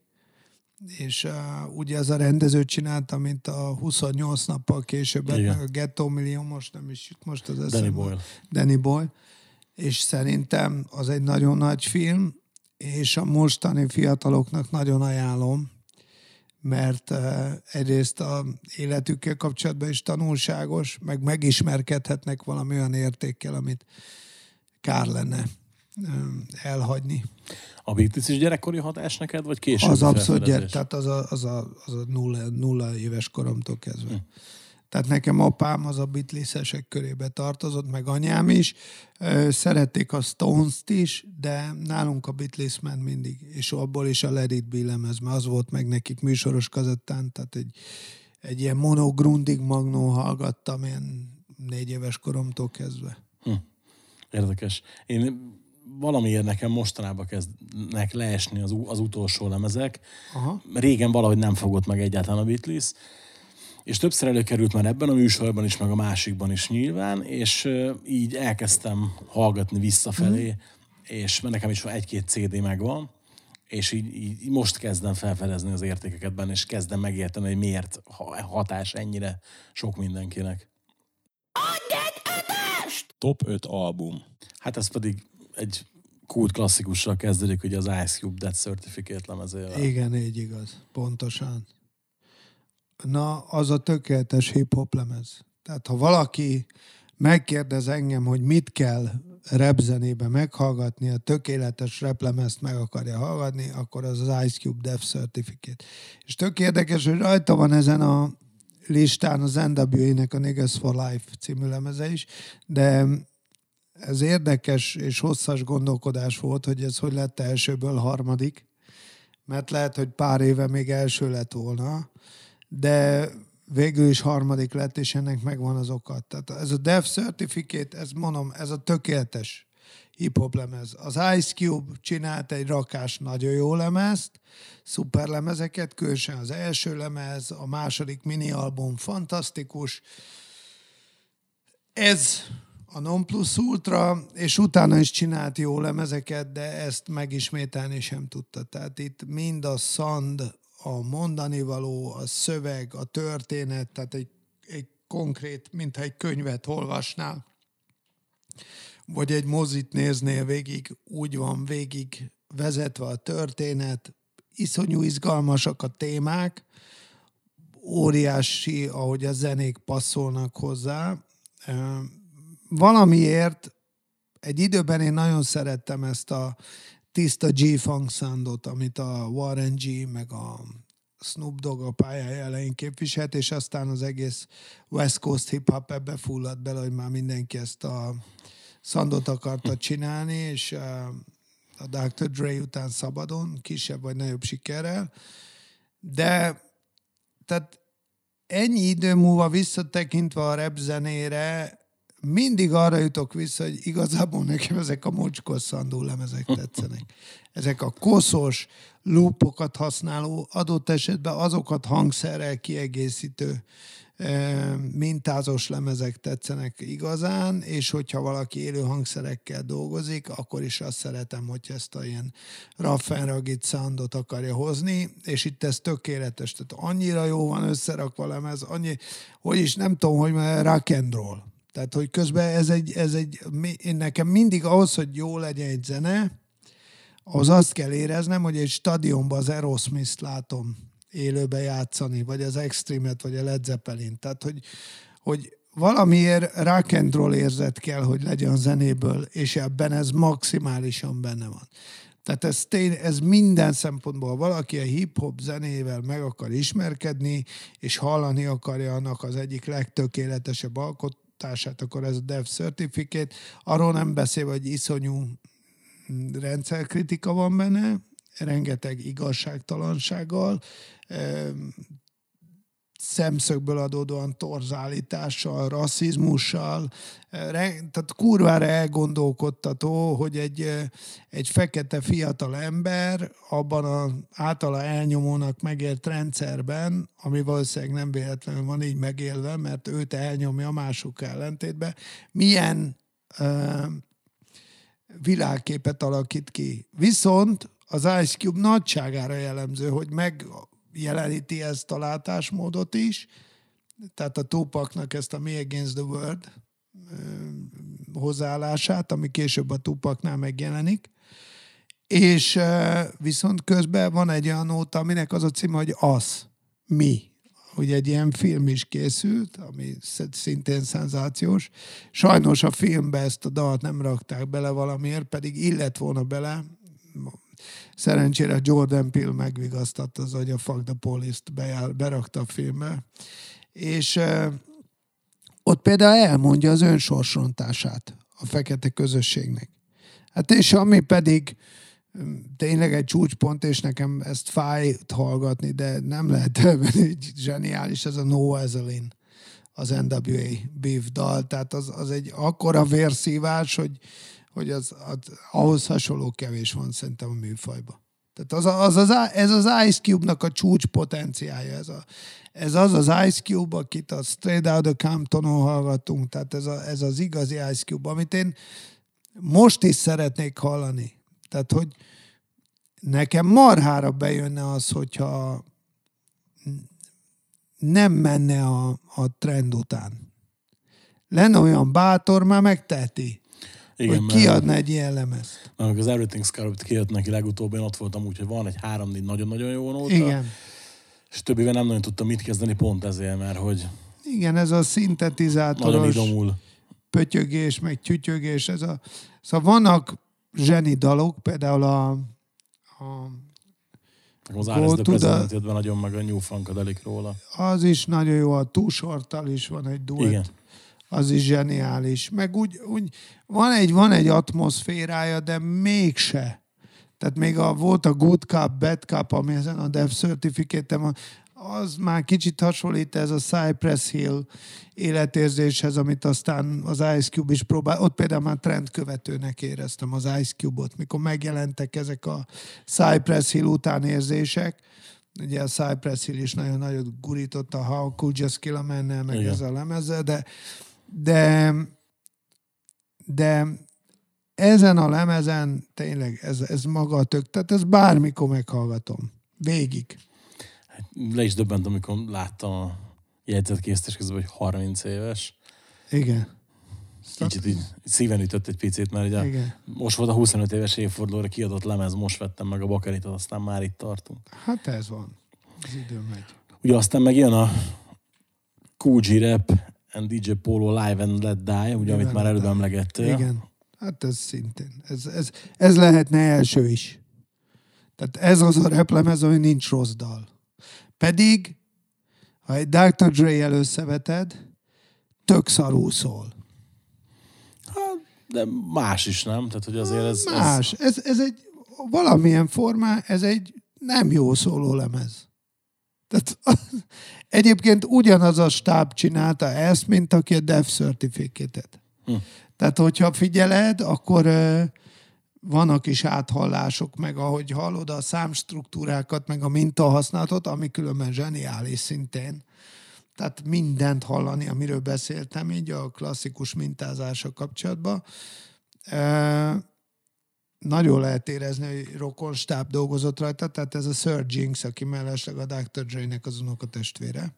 és ugye az a rendező csinálta, mint a 28 nappal később, meg a Ghetto Millió, most nem is jut most az eszembe. Danny Boyle. És szerintem az egy nagyon nagy film, és a mostani fiataloknak nagyon ajánlom, mert egyrészt az életükkel kapcsolatban is tanulságos, meg megismerkedhetnek valami olyan értékkel, amit kár lenne elhagyni. A Beatles is gyerekkori hatás neked, vagy később? Az abszolút, tehát az a 0 éves koromtól kezdve. Tehát nekem apám az a Beatles-esek körébe tartozott, meg anyám is. Szerették a Stones-t is, de nálunk a Beatles ment mindig, és abból is a Let It Be lemez, mert az volt meg nekik műsoros kazettán, tehát egy ilyen Mono Grundig Magnó hallgattam ilyen 4 éves koromtól kezdve. Érdekes. Én valamiért nekem mostanában kezdnek leesni az utolsó lemezek. Aha. Régen valahogy nem fogott meg egyáltalán a Beatles, és többször előkerült már ebben a műsorban is, meg a másikban is nyilván, és így elkezdtem hallgatni visszafelé, és nekem is 1-2 CD megvan, és így most kezdem felfedezni az értékeket benne, és kezdem megérteni, hogy miért hatás ennyire sok mindenkinek. Adj egy ötöst! Top 5 album. Hát ez pedig egy kult klasszikussal kezdődik, ugye az Ice Cube Death Certificate lemezével. Igen, így igaz. Pontosan. Na, az a tökéletes hip-hop lemez. Tehát ha valaki megkérdez engem, hogy mit kell rapzenébe meghallgatni, a tökéletes raplemezt meg akarja hallgatni, akkor az Ice Cube Death Certificate. És tök érdekes, hogy rajta van ezen a listán az NWA-nek a Niggas for Life című lemeze is, de ez érdekes és hosszas gondolkodás volt, hogy ez hogy lett elsőből harmadik, mert lehet, hogy pár éve még első lett volna, de végül is harmadik lett, és ennek megvan az okat. Tehát ez a Death Certificate, ez mondom, ez a tökéletes hip-hop lemez. Az Ice Cube csinált egy rakás nagyon jó lemezt, szuper lemezeket, különösen az első lemez, a második mini-album fantasztikus. Ez a non plus ultra, és utána is csinált jó lemezeket, de ezt megismételni sem tudta. Tehát itt mind a sound, a mondanivaló, a szöveg, a történet, tehát egy konkrét, mintha egy könyvet olvasnál, vagy egy mozit néznél végig, úgy van végig vezetve a történet, iszonyú izgalmasak a témák, óriási, ahogy a zenék passzolnak hozzá. Valamiért egy időben én nagyon szerettem ezt a tiszta G-funk soundot, amit a Warren G meg a Snoop Dogg a pályája elején képviselt, és aztán az egész West Coast hip-hop ebbe fulladt bele, hogy már mindenki ezt a soundot akarta csinálni, és a Dr. Dre után szabadon, kisebb vagy nagyobb sikerrel. De tehát ennyi idő múlva visszatekintve a rap zenére mindig arra jutok vissza, hogy igazából nekem ezek a mocskos szandó lemezek tetszenek. Ezek a koszos, loopokat használó, adott esetben azokat hangszerrel kiegészítő mintázós lemezek tetszenek igazán, és hogyha valaki élő hangszerekkel dolgozik, akkor is azt szeretem, hogy ezt a ilyen rough and rugged soundot akarja hozni, és itt ez tökéletes. Tehát annyira jó van összerakva a lemez, annyi, hogy is nem tudom, hogy rock and roll. Tehát, hogy közben ez egy nekem mindig ahhoz, hogy jó legyen egy zene, ahhoz azt kell éreznem, hogy egy stadionban az Aerosmith-t látom élőben játszani, vagy az Extreme-et, vagy a Led Zeppelin. Tehát, hogy valamiért rock and roll érzet kell, hogy legyen a zenéből, és ebben ez maximálisan benne van. Tehát ez minden szempontból valaki a hip-hop zenével meg akar ismerkedni, és hallani akarja annak az egyik legtökéletesebb alkotását, akkor ez a Death Certificate. Arról nem beszélve, hogy iszonyú rendszerkritika van benne, rengeteg igazságtalansággal, szemszögből adódóan torzálítással, rasszizmussal, tehát kurvára elgondolkodtató, hogy egy fekete fiatal ember abban az általa elnyomónak megélt rendszerben, ami valószínűleg nem véletlenül van így megélve, mert őt elnyomja mások ellentétben, milyen világképet alakít ki. Viszont az Ice Cube nagyságára jellemző, hogy megjeleníti ezt a látásmódot is, tehát a Tupacnak ezt a Me Against the World hozzáállását, ami később a Tupacnál megjelenik, és viszont közben van egy olyan nóta, aminek az a címe, hogy Az, Mi. Ugye egy ilyen film is készült, ami szintén szenzációs. Sajnos a filmbe ezt a dalt nem rakták bele valamiért, pedig illett volna bele. Szerencsére Jordan Peele megvigasztatta az, hogy a Fuck the Police-t berakta a filmbe. És ott például elmondja az önsorsrontását a fekete közösségnek. Hát és ami pedig tényleg egy csúcspont, és nekem ezt fájt hallgatni, de nem lehet elvenni, zseniális ez a No Vaseline, az NWA Beef dal. Tehát az egy akkora vérszívás, hogy ahhoz hasonló kevés van szerintem a műfajban. Tehát ez az Ice Cube-nak a csúcs potenciálja. Ez az Ice Cube, akit a Straight Outta Comptonon hallgatunk, tehát ez az igazi Ice Cube, amit én most is szeretnék hallani. Tehát, hogy nekem marhára bejönne az, hogyha nem menne a trend után. lenne olyan bátor, már megteheti. Igen, hogy kiadna egy ilyen lemezt. Amikor az Everything's Corrupt kijött neki legutóbb, én ott voltam úgy, hogy van egy 3-4 nagyon-nagyon jó nóta. Igen. És többivel nem nagyon tudtam mit kezdeni pont ezért, mert hogy... Igen, ez a szintetizátoros nagyon idomul. Pötyögés, meg tyütyögés. Szóval vannak zseni dalok, például az Ares the President jött be nagyon, meg a New Funkadelic róla. Az is nagyon jó, a Too Short-tal is van egy duett. Igen. Az is zseniális. Meg úgy van egy atmoszférája, de mégse. Tehát még volt a Good Cup, Bad Cup, ami ezen a Death Certificate-en, az már kicsit hasonlít ez a Cypress Hill életérzéshez, amit aztán az Ice Cube is próbál. Ott például már trendkövetőnek éreztem az Ice Cube-ot, mikor megjelentek ezek a Cypress Hill utánérzések. Ugye a Cypress Hill is nagyon nagyot gurított a How Could Just Kill a Man-nel, meg igen. ezzel a lemezzel, de ezen a lemezen tényleg ez maga a tök, tehát ez bármikor meghallgatom. Végig. Le is döbbent, amikor láttam a jegyzetkészítés közben, hogy 30 éves. Igen. Kicsit így szíven ütött egy picit, mert ugye most volt a 25 éves évfordulóra kiadott lemez, most vettem meg a bakeritot, aztán már itt tartunk. Hát ez van. Az idő megy. Ugye aztán meg jön a Kool G Rap and DJ Polo Live and Let Die, ugye, amit már előbb emlegettél. Igen. Hát ez szintén. Ez lehetne első is. Tehát ez az a replemez, ami nincs rossz dal. Pedig, ha egy Dr. Dre-jel összeveted, tök szarul szól. Hát, de más is, nem? Tehát, hogy azért ez... Más. Ez egy valamilyen formán, ez egy nem jó szóló lemez. Tehát egyébként ugyanaz a stáb csinálta ezt, mint aki a Death Certificate-et. Tehát, hogyha figyeled, akkor vannak is áthallások, meg ahogy hallod a számstruktúrákat, meg a mintahasználatot, ami különben zseniális szintén. Tehát mindent hallani, amiről beszéltem így a klasszikus mintázással kapcsolatban. Nagyon lehet érezni, hogy rokonstáb dolgozott rajta, tehát ez a Sir Jinx, aki mellesleg a Dr. Dre-nek az unokatestvére.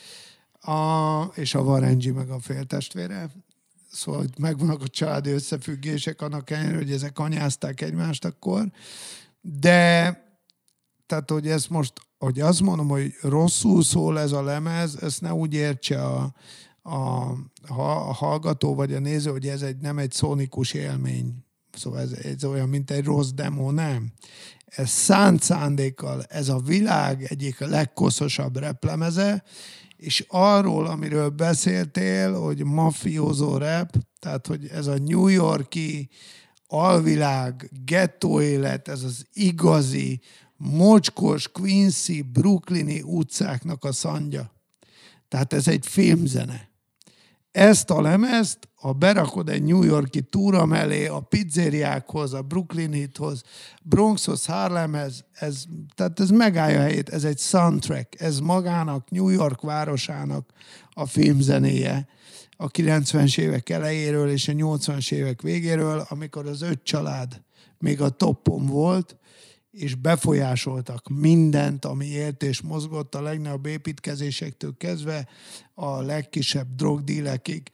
És a Warren G meg a féltestvére. Szóval megvannak a családi összefüggések, annak ellenére, hogy ezek anyázták egymást akkor. De, tehát, hogy ezt most, hogy azt mondom, hogy rosszul szól ez a lemez, ezt ne úgy értse a hallgató vagy a néző, hogy ez nem egy szonikus élmény. Szóval ez olyan, mint egy rossz demo, nem. Ez szánt szándékkal, ez a világ egyik legkoszosabb replemeze, és arról, amiről beszéltél, hogy mafiózó rap, tehát, hogy ez a New York-i alvilág, gettó élet, ez az igazi, mocskos, Quincy, brooklyni utcáknak a szandja. Tehát ez egy filmzene. Ezt a lemezt, ha berakod egy New York-i túra mellé, a pizzériákhoz, a Brooklyn hithoz, Bronxhoz, Harlemhez, tehát ez megállja a helyét, ez egy soundtrack, ez magának, New York városának a filmzenéje a 90-es évek elejéről és a 80-as évek végéről, amikor az 5 család még a toppon volt, és befolyásoltak mindent, ami élt és mozgott, a legnagyobb építkezésektől kezdve a legkisebb drogdílekig.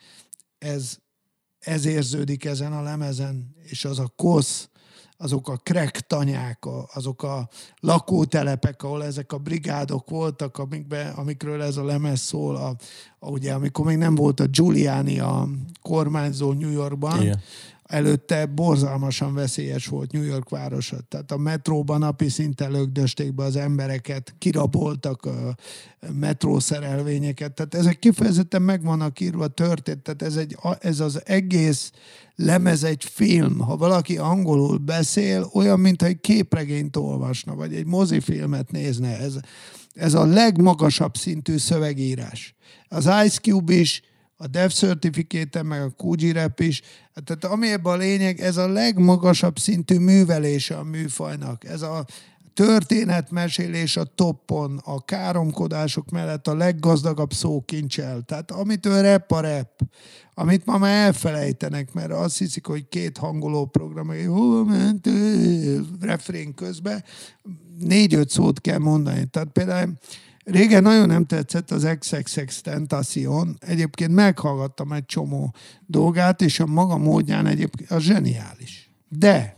Ez érződik ezen a lemezen, és az a kosz, azok a crack tanyák, azok a lakótelepek, ahol ezek a brigádok voltak, amikről ez a lemez szól, ugye, amikor még nem volt a Giuliani a kormányzó New Yorkban, igen. Előtte borzalmasan veszélyes volt New York városa. Tehát a metróban napi szinten lögdösték be az embereket, kiraboltak a metrószerelvényeket. Tehát ezek kifejezetten meg vannak írva, történt. Tehát ez az egész lemez egy film. Ha valaki angolul beszél, olyan, mintha egy képregényt olvasna, vagy egy mozifilmet nézne. Ez a legmagasabb szintű szövegírás. Az Ice Cube is, a Death Certificate, meg a Kool G Rap is. Tehát ami ebben a lényeg, ez a legmagasabb szintű művelése a műfajnak. Ez a történetmesélés a toppon, a káromkodások mellett a leggazdagabb szókincsel. Tehát amitől rap a rap, amit ma már elfelejtenek, mert azt hiszik, hogy 2 hangoló program, hogy hol ment refrén közben, 4-5 szót kell mondani. Tehát például Régen nagyon nem tetszett az XXXTentacion. Egyébként meghallgattam egy csomó dolgát, és a maga módján egyébként a zseniális. De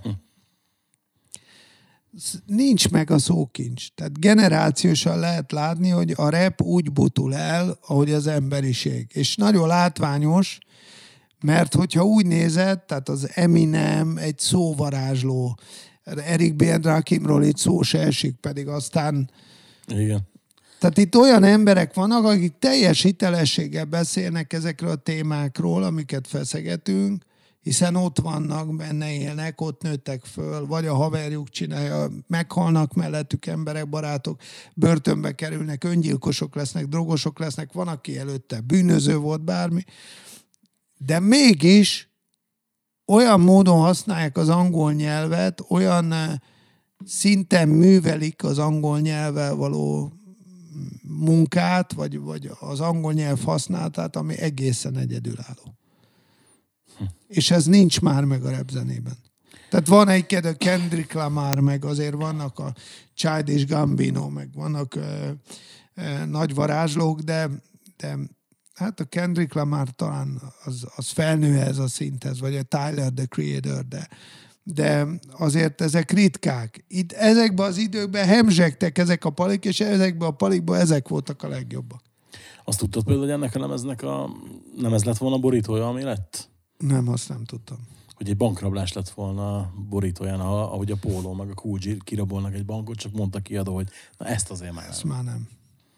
nincs meg a szókincs. Tehát generációsan lehet látni, hogy a rap úgy butul el, ahogy az emberiség. És nagyon látványos, mert hogyha úgy nézed, tehát az Eminem egy szóvarázsló, Eric B. and Rakimról itt szó se esik, pedig aztán... Igen. Tehát itt olyan emberek vannak, akik teljes hitelességgel beszélnek ezekről a témákról, amiket feszegetünk, hiszen ott vannak, benne élnek, ott nőttek föl, vagy a haverjuk csinálja, meghalnak mellettük emberek, barátok, börtönbe kerülnek, öngyilkosok lesznek, drogosok lesznek, van, aki előtte bűnöző volt, bármi. De mégis olyan módon használják az angol nyelvet, olyan szinten művelik az angol nyelvvel való munkát, vagy az angol nyelv használatát, ami egészen egyedülálló. És ez nincs már meg a rapzenében. Tehát van egy Kendrick Lamar, meg azért vannak a Childish Gambino, meg vannak nagy varázslók, de hát a Kendrick Lamar talán az felnő ez a szinthez, vagy a Tyler, the Creator, de azért ezek ritkák. Itt ezekben az időkben hemzsegtek ezek a palik, és ezekben a palikban ezek voltak a legjobbak. Azt tudtad például, hogy ennek a lemeznek nem ez lett volna a borítója, ami lett? Nem, azt nem tudtam. Hogy egy bankrablás lett volna a borítóján, ahogy a Póló meg a Cool G kirabolnak egy bankot, csak mondta kiadó, hogy na ezt azért már nem. Ezt már nem.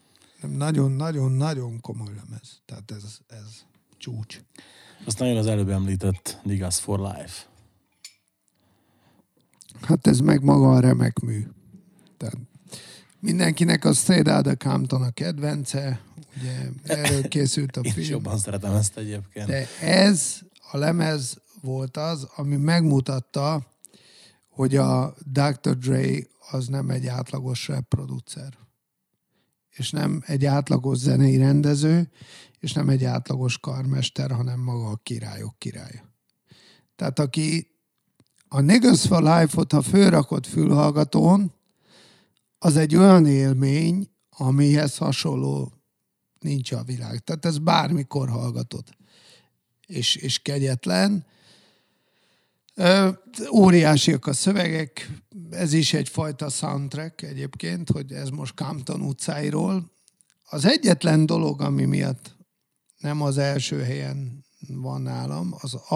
Nagyon komoly lemez. Tehát ez csúcs. Aztán jön az előbb említett Niggas for Life. Hát ez meg maga a remek mű. Tehát mindenkinek a Straight Outta Compton a kedvence, ugye erről készült a film. Én is jobban szeretem ezt egyébként. De ez a lemez volt az, ami megmutatta, hogy a Dr. Dre az nem egy átlagos rap producer. És nem egy átlagos zenei rendező, és nem egy átlagos karmester, hanem maga a királyok királya. Tehát aki a Niggas for Life-ot, ha fölrakott fülhallgatón, az egy olyan élmény, amihez hasonló nincs a világ. Tehát ez bármikor hallgatod. És kegyetlen. Óriásiak a szövegek, ez is egyfajta soundtrack egyébként, hogy ez most Compton utcáiról. Az egyetlen dolog, ami miatt nem az első helyen van nálam,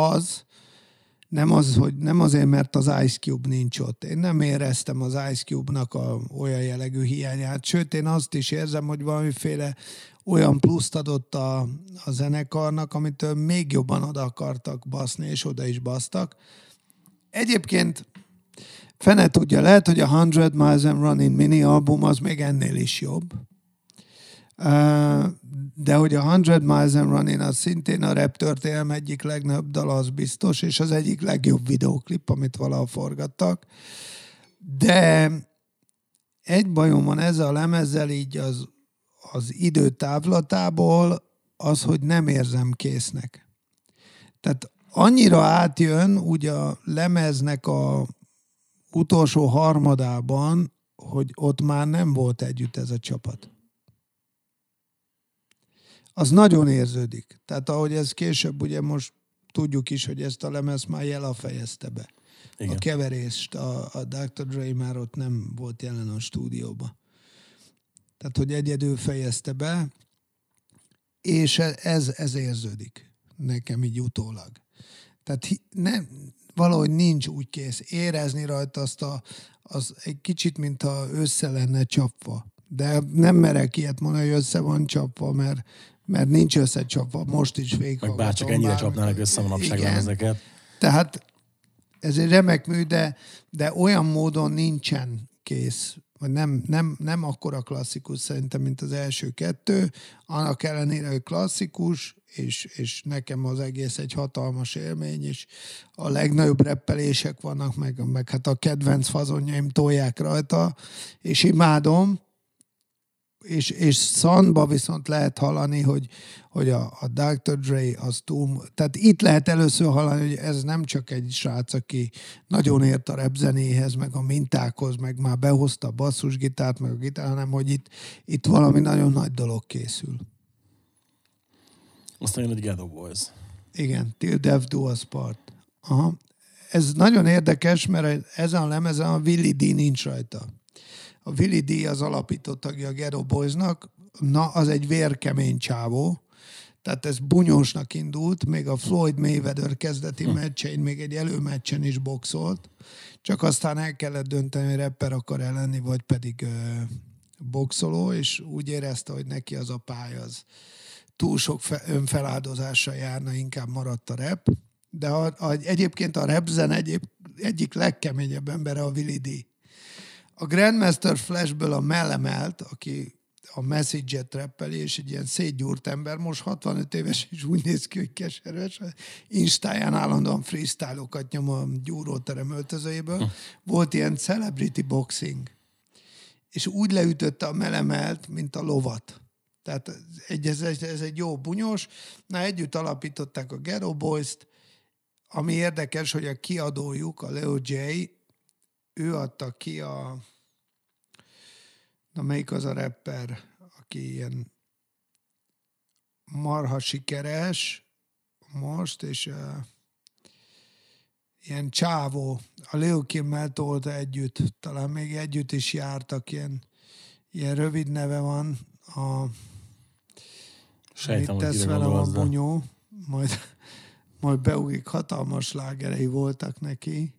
nem azért, mert az Ice Cube nincs ott. Én nem éreztem az Ice Cube-nak olyan jellegű hiányát, sőt, én azt is érzem, hogy valamiféle olyan pluszt adott a zenekarnak, amitől még jobban oda akartak baszni, és oda is basztak. Egyébként fene tudja, lehet, hogy a 100 Miles and Running mini album az még ennél is jobb. De hogy a 100 Miles and Running az szintén a rap történelem egyik legnagyobb dala, az biztos, és az egyik legjobb videóklip, amit valaha forgattak. De egy bajom van ezzel a lemezzel így az idő távlatából, az, hogy nem érzem késznek. Tehát annyira átjön úgy a lemeznek a utolsó harmadában, hogy ott már nem volt együtt ez a csapat. Az nagyon érződik. Tehát ahogy ez később, ugye most tudjuk is, hogy ezt a lemezt már Jella fejezte be. Igen. A keverést, a Dr. Dre már ott nem volt jelen a stúdióban. Tehát, hogy egyedül fejezte be, és ez érződik nekem így utólag. Tehát valahogy nincs úgy kész. Érezni rajta az egy kicsit, mintha össze lenne csapva. De nem merek ilyet mondani, hogy össze van csapva, mert nincs összecsapva. Most is végighallgatom. Meg bárcsak ennyire csapnának össze manapságban ezeket. Tehát ez egy remek mű, de olyan módon nincsen kész. Vagy nem akkora klasszikus szerintem, mint az első kettő. Annak ellenére, hogy klasszikus, és nekem az egész egy hatalmas élmény, és a legnagyobb reppelések vannak, meg hát a kedvenc fazonjaim tolják rajta, és imádom, és Soundba viszont lehet hallani, hogy a Dr. Dre az túl... Tehát itt lehet először hallani, hogy ez nem csak egy srác, aki nagyon ért a rap zenéhez, meg a mintákhoz, meg már behozta a basszusgitárt, meg a gitár, hanem hogy itt valami nagyon nagy dolog készül. Aztán jön egy Ghetto Boys. Igen, Till Death Do Us Part. Aha. Ez nagyon érdekes, mert ezen a lemezen a Willie D nincs rajta. A Willie D az alapító tagja a Ghetto Boysnak, az egy vérkemény csávó, tehát ez bunyósnak indult, még a Floyd Mayweather kezdeti meccsein, még egy előmeccsen is boxolt, csak aztán el kellett dönteni, hogy rapper akar lenni, vagy pedig boxoló, és úgy érezte, hogy neki az a pálya az túl sok önfeláldozással járna, inkább maradt a rap. De egyébként a rap zene egyik legkeményebb embere a Willie D. A Grandmaster Flashből a Mellemelt, aki a Message-et rappeli, és egy ilyen szétgyúrt ember, most 65 éves, és úgy néz ki, hogy keserves. Instáján állandóan freestyle-okat nyom a gyúróterem öltözőjéből. Volt ilyen celebrity boxing. És úgy leütötte a Mellemelt, mint a lovat. Tehát ez egy jó bunyós. Na, együtt alapították a Ghetto Boys-t, ami érdekes, hogy a kiadójuk, a Leo J, ő adta ki melyik az a rapper, aki ilyen marha sikeres most, és ilyen csávó. A Lil Kimmel tolta együtt, talán még együtt is jártak, ilyen rövid neve van, Sejtem, mit tesz velem a bunyó, majd beugrik, hatalmas slágerei voltak neki.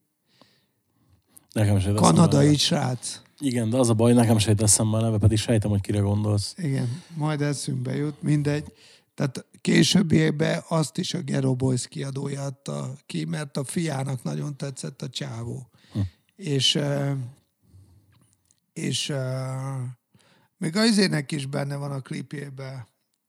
Kanadai srác. Igen, de az a baj, nekem se jut eszembe a neve, pedig sejtem, hogy kire gondolsz. Igen, majd eszünkbe jut, mindegy. Tehát későbbiekben azt is a Ghetto Boys kiadója adta ki, mert a fiának nagyon tetszett a csávó. És még az izének is benne van a klipjében,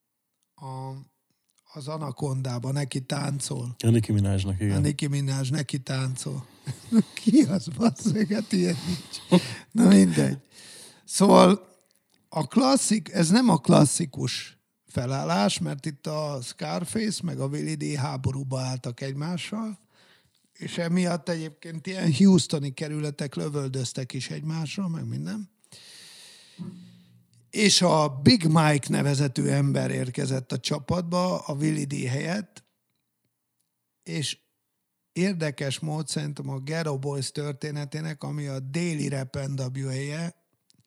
az Anacondában, neki táncol. A Nicki Minajnak, igen. A Nicki Minaj neki táncol. Ki az, basszeg, hát ilyen nincs. Na mindegy. Szóval ez nem a klasszikus felállás, mert itt a Scarface meg a Willie D háborúba álltak egymással, és emiatt egyébként ilyen houstoni kerületek lövöldöztek is egymásra, meg minden. És a Big Mike nevezetű ember érkezett a csapatba a Willie D helyett, és érdekes mód szerintem a Ghetto Boys történetének, ami a déli rap NWA-je,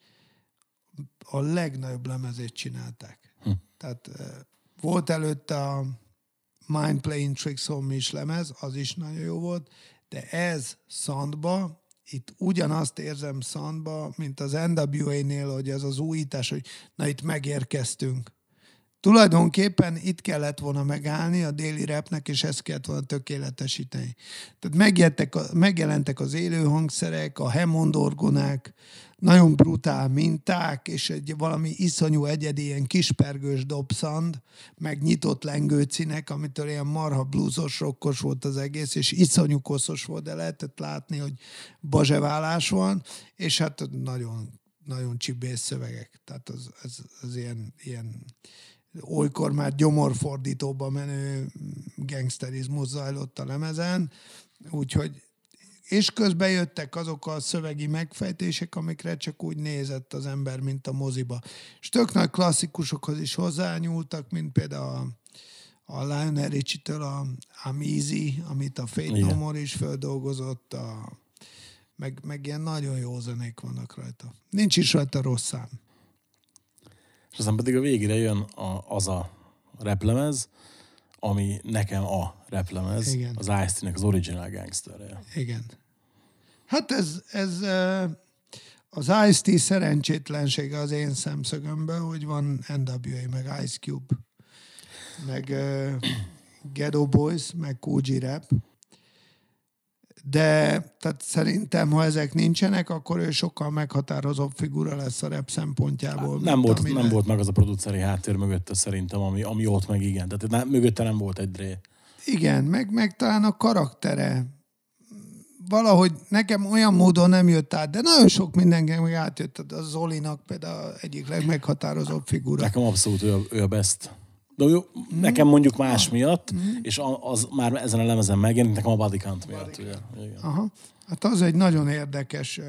a legnagyobb lemezét csinálták. Tehát volt előtte a Mind Playing Tricks on Me is lemez, az is nagyon jó volt, de ez Soundba, itt ugyanazt érzem Soundba, mint az NWA-nél, hogy ez az újítás, hogy na itt megérkeztünk. Tulajdonképpen itt kellett volna megállni a déli rapnek, és ezt kellett volna tökéletesíteni. Tehát megjelentek az élő hangszerek, a Hammond orgonák, nagyon brutál minták, és egy valami iszonyú egyedi ilyen kispergős dobszand, meg nyitott lengőcinek, amitől ilyen marha bluesos, rockos volt az egész, és iszonyú koszos volt, de lehetett látni, hogy bazseválás van, és hát nagyon, nagyon csibész szövegek. Tehát az ilyen olykor már gyomorfordítóba menő gangsterizmus zajlott a lemezen, úgyhogy és közben jöttek azok a szövegi megfejtések, amikre csak úgy nézett az ember, mint a moziba. És tök nagy klasszikusokhoz is hozzányúltak, mint például a Lionel Richie-től a I'm Easy, amit a Faith No More is földolgozott, meg ilyen nagyon jó zenék vannak rajta. Nincs is rajta rossz szám. És aztán pedig a végére jön az a replemez, ami nekem a replemez, igen. Az Ice-T-nek az Original Gangster-je. Igen. Hát ez az Ice-T szerencsétlensége az én szemszögömben, hogy van NWA, meg Ice Cube, meg Ghetto Boys, meg Kool Rap. De tehát szerintem, ha ezek nincsenek, akkor ő sokkal meghatározóbb figura lesz a rap szempontjából. Nem volt meg az a produceri háttér mögötte szerintem, ami ott meg igen. Tehát mögötte nem volt egy Dre. Igen, meg talán a karaktere. valahogy nekem olyan módon nem jött át, de nagyon sok mindenkinek meg átjött. A Zolinak például egyik legmeghatározóbb figura. Nekem abszolút ő a best. De jó, nekem mondjuk más miatt, és az már ezen a lemezen megjelent, nekem a Body Count miatt. Ugye? Aha. Hát az egy nagyon érdekes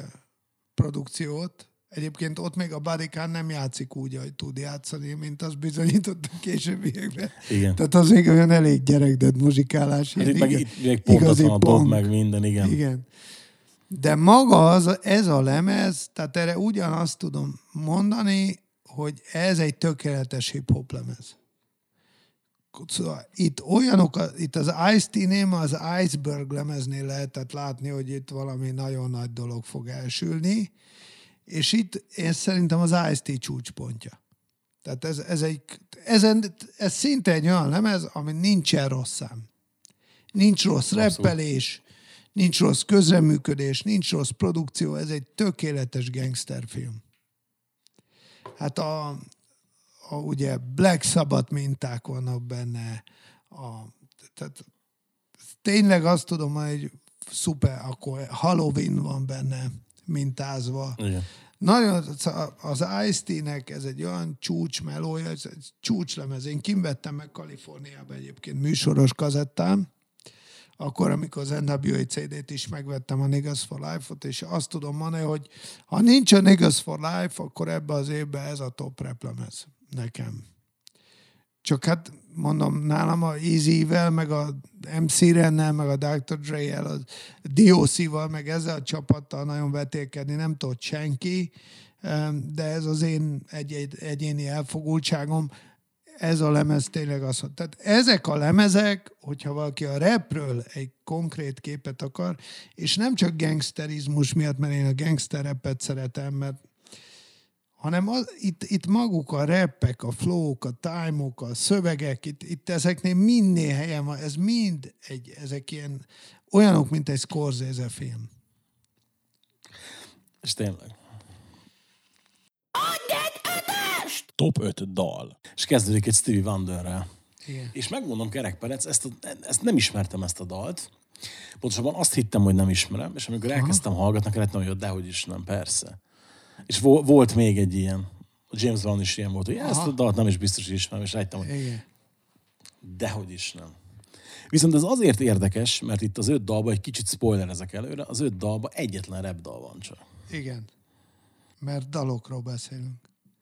produkciót. Egyébként ott még a Body Count nem játszik úgy, ahogy tud játszani, mint az bizonyított a későbbiekben. Igen. Tehát az még olyan elég gyerekded muzsikálás. Hát itt pontosan a dob, meg minden, igen. Igen. De maga ez a lemez, tehát erre ugyanazt tudom mondani, hogy ez egy tökéletes hip-hop lemez. Szóval itt az Ice-T-nél, az Iceberg lemeznél lehetett látni, hogy itt valami nagyon nagy dolog fog elsülni, és itt én szerintem az Ice-T csúcspontja. Tehát ez szinte egy olyan lemez, ami nincsen rossz szám. Nincs rossz reppelés, nincs rossz közreműködés, nincs rossz produkció, ez egy tökéletes gangsterfilm. Hát ugye Black Sabbath minták vannak benne, tehát tényleg azt tudom, hogy szuper, akkor Halloween van benne mintázva. Igen. Nagyon, az Ice-T-nek ez egy olyan csúcsmelója, ez egy csúcslemez. Én kivettem meg Kaliforniába egyébként műsoros kazettán, akkor, amikor az NWA CD-t is megvettem, a Niggas for Life-ot, és azt tudom mondani, hogy ha nincs a Niggas for Life, akkor ebbe az évben ez a top rap lemez nekem. Csak hát mondom, nálam a Eazy-vel, meg a MC Rennel, meg a Dr. Dre-el, a DOC-val, meg ezzel a csapattal nagyon vetélkedni nem tudott senki, de ez az én egyéni elfogultságom. Ez a lemez tényleg az, tehát ezek a lemezek, hogyha valaki a rapről egy konkrét képet akar, és nem csak gangsterizmus miatt, mert én a gangster rappet szeretem, hanem itt maguk a rappek, a flowk, a time-ok, a szövegek, itt ezeknél minden helyen van, ez mind ezek ilyen olyanok, mint egy Scorsese film. És tényleg. Top 5 dal. És kezdődik egy Stevie Wonderrel. Igen. És megmondom, Kerek Perec, ezt nem ismertem, ezt a dalt. Pontosabban azt hittem, hogy nem ismerem, és amikor elkezdtem hallgatni, kerettem, hogy dehogy is nem, persze. És volt még egy ilyen, a James Brown is ilyen volt, hogy ezt a dalt nem is biztos, hogy ismerem, és rájöttem, hogy dehogy is nem. Viszont ez azért érdekes, mert itt az 5 dalban, egy kicsit spoilerezek előre, az 5 dalban egyetlen rap dal van csak. Igen. Mert dalokról beszélünk.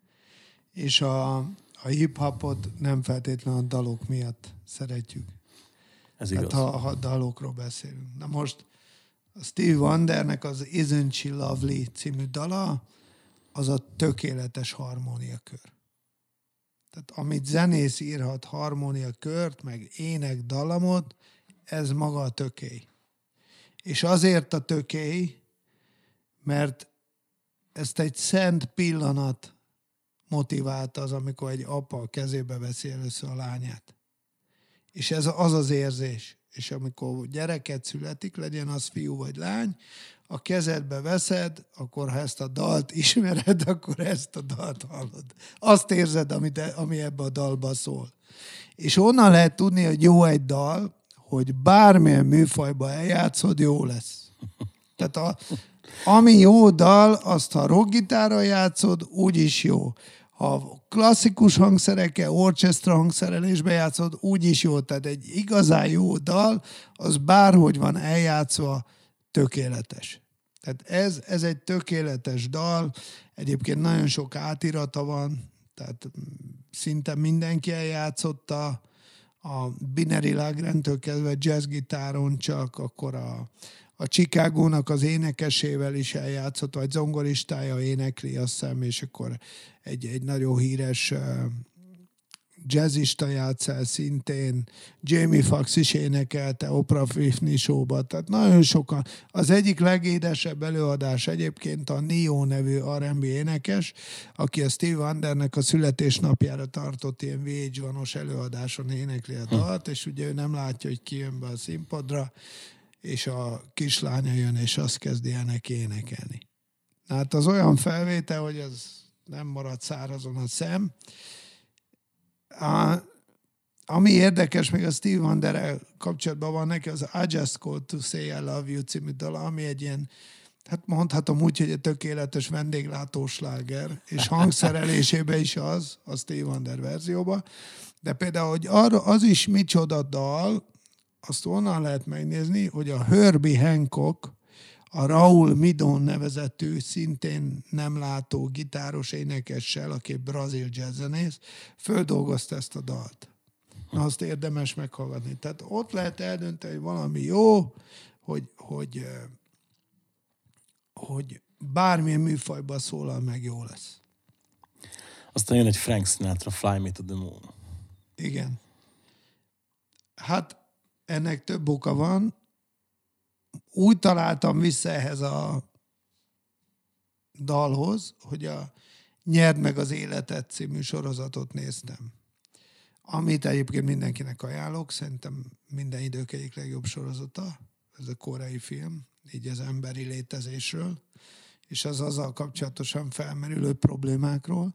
És a hip-hopot nem feltétlenül a dalok miatt szeretjük. Ez igaz. Tehát ha dalokról beszélünk. Na most a Stevie Wondernek az Isn't She Lovely című dala, az a tökéletes harmóniakör. Tehát amit zenész írhat harmóniakört, meg ének dalamot, ez maga a tökély. És azért a tökély, mert ezt egy szent pillanat motiválta az, amikor egy apa a kezébe veszi először a lányát. És ez az érzés. És amikor gyereket születik, legyen az fiú vagy lány, a kezedbe veszed, akkor ha ezt a dalt ismered, akkor ezt a dalt hallod. Azt érzed, ami ebbe a dalba szól. És onnan lehet tudni, hogy jó egy dal, hogy bármilyen műfajba eljátszod, jó lesz. Tehát ami jó dal, azt ha rockgitárral játszod, úgyis jó. Ha klasszikus hangszerekkel, orchestra hangszerelésbe játszod, úgyis jó. Tehát egy igazán jó dal, az bárhogy van eljátszva, tökéletes. Tehát ez egy tökéletes dal. Egyébként nagyon sok átirata van, tehát szinte mindenki eljátszotta. A Binary Lagrentől kezdve jazzgitáron csak, akkor a Chicagónak az énekesével is eljátszott, vagy zongoristája énekli, azt hiszem, és akkor egy nagyon híres jazzista játszál szintén, Jamie Foxx is énekelte Oprah Winfrey Show-ba, tehát nagyon sokan. Az egyik legédesebb előadás egyébként a Neo nevű R&B énekes, aki a Stevie Wondernek a születésnapjára tartott ilyen VH1-os előadáson énekli a dalt, és ugye ő nem látja, hogy ki jön be a színpadra, és a kislánya jön, és azt kezdi el neki énekelni. Hát az olyan felvétel, hogy az nem marad szárazon a szem. ami érdekes, még a Stevie Wonderrel kapcsolatban van neki, az I Just Called to Say I Love You című dal, ami egy ilyen, hát mondhatom úgy, hogy egy tökéletes vendéglátós-sláger, és hangszerelésében is az, a Stevie Wonder verzióban. De például, hogy arra, az is micsoda dal, azt onnan lehet megnézni, hogy a Herbie Hancock, a Raúl Midon nevezetű, szintén nem látó gitáros énekessel, aki brazil jazzzenész, földolgozta ezt a dalt. Na, azt érdemes meghallgatni. Tehát ott lehet eldönteni, hogy valami jó, hogy bármilyen műfajban szólal meg, jó lesz. Aztán jön egy Frank Sinatra, Fly Me to the Moon. Igen. Hát ennek több oka van. Úgy találtam vissza ehhez a dalhoz, hogy a Nyerd meg az életet című sorozatot néztem. Amit egyébként mindenkinek ajánlok, szerintem minden idők egyik legjobb sorozata. Ez a koreai film, így az emberi létezésről, és az azzal kapcsolatosan felmerülő problémákról.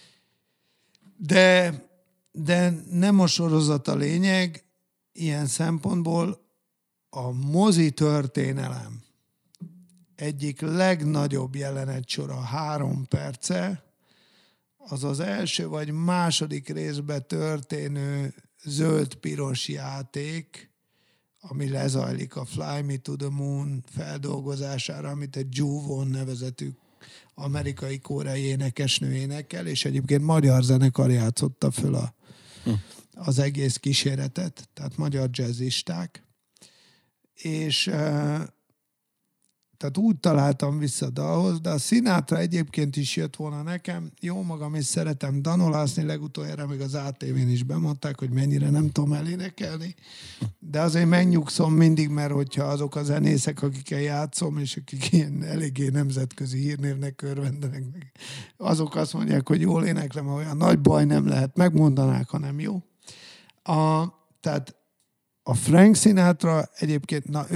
De nem a sorozat a lényeg, ilyen szempontból a mozi történelem egyik legnagyobb jelenet-sora 3 perce, az az első vagy második részben történő zöld-piros játék, ami lezajlik a Fly Me to the Moon feldolgozására, amit egy Juvon nevezetű amerikai koreai énekesnő énekel, és egyébként magyar zenekar játszotta föl az egész kíséretet, tehát magyar jazzisták. És tehát úgy találtam vissza a dalhoz, de a Sinatra egyébként is jött volna nekem. Jó magam is szeretem danolászni, legutoljára még az ATV-n is bemondták, hogy mennyire nem tudom elénekelni. De azért megnyugszom mindig, mert hogyha azok a zenészek, akikkel játszom, és akik ilyen eléggé nemzetközi hírnévnek örvendenek, azok azt mondják, hogy jól éneklem, olyan nagy baj nem lehet, megmondanák, ha nem jó. Tehát a Frank Sinatra egyébként, na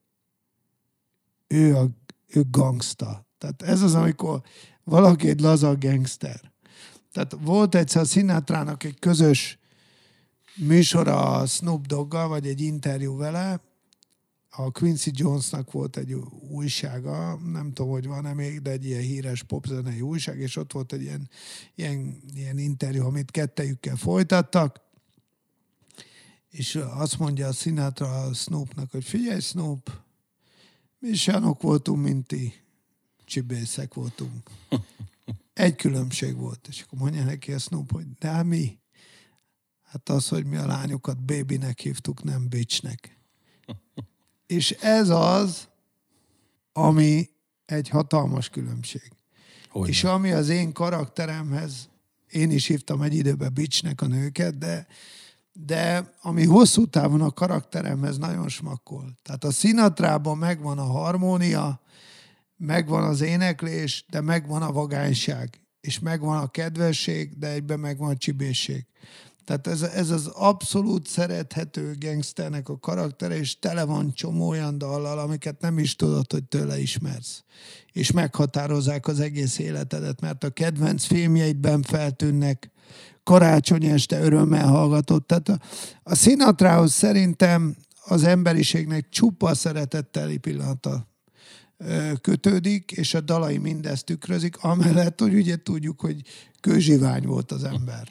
ő gangsta. Tehát ez az, amikor valaki egy laza gangster. Tehát volt egyszer a Sinatrának egy közös műsora a Snoop Doggal, vagy egy interjú vele. A Quincy Jonesnak volt egy újsága, nem tudom, hogy van-e még, de egy ilyen híres popzenei újság, és ott volt egy ilyen interjú, amit kettejükkel folytattak. És azt mondja a Sinatra a Snoopnak, hogy figyelj Snoop, mi is olyanok voltunk, mint ti. Csibészek voltunk. Egy különbség volt. És akkor mondja neki a Snoop, hogy de mi? Hát az, hogy mi a lányokat babynek hívtuk, nem bitchnek. És ez az, ami egy hatalmas különbség. Hogyne. És ami az én karakteremhez, én is hívtam egy időben bitchnek a nőket, de ami hosszú távon a karakteremhez nagyon smakkol. Tehát a Sinatrában megvan a harmónia, megvan az éneklés, de megvan a vagányság, és megvan a kedvesség, de egyben megvan a csibészség. Tehát ez az abszolút szerethető gangsternek a karaktere, és tele van csomó olyan dallal, amiket nem is tudod, hogy tőle ismersz. És meghatározzák az egész életedet, mert a kedvenc filmjeidben feltűnnek, karácsony este örömmel hallgatott. Tehát a Sinatrához szerintem az emberiségnek csupa szeretetteli pillanata kötődik, és a dalai mindezt tükrözik, amellett, hogy ugye tudjuk, hogy kőzsivány volt az ember.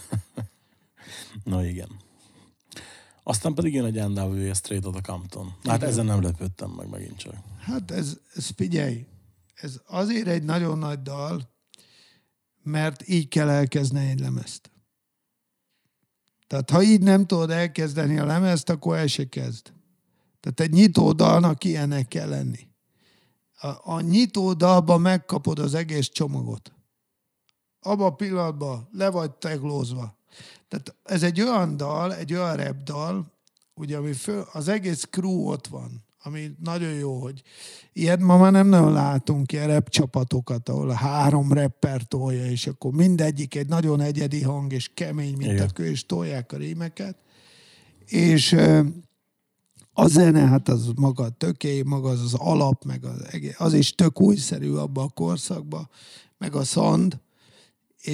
Na igen. Aztán pedig jön egy NW Straight Outta Compton. Hát ezen nem lepődtem meg megint csak. Hát ez figyelj, ez azért egy nagyon nagy dal, mert így kell elkezdeni egy lemezt. Tehát ha így nem tudod elkezdeni a lemezt, akkor el se kezd. Tehát egy nyitó dalnak ilyenek kell lenni. A nyitó dalban megkapod az egész csomagot. Abba a pillanatban le vagy teglózva. Tehát ez egy olyan dal, egy olyan rap dal, ugye, ami az egész crew ott van, ami nagyon jó, hogy ilyet ma már nem nagyon látunk, ilyen rap csapatokat, ahol a 3 rapper tolja, és akkor mindegyik egy nagyon egyedi hang, és kemény, mint a kő, és tolják a rímeket. És a zene, hát az maga töké, maga az alap, meg az is tök újszerű abban a korszakban, meg a szand, és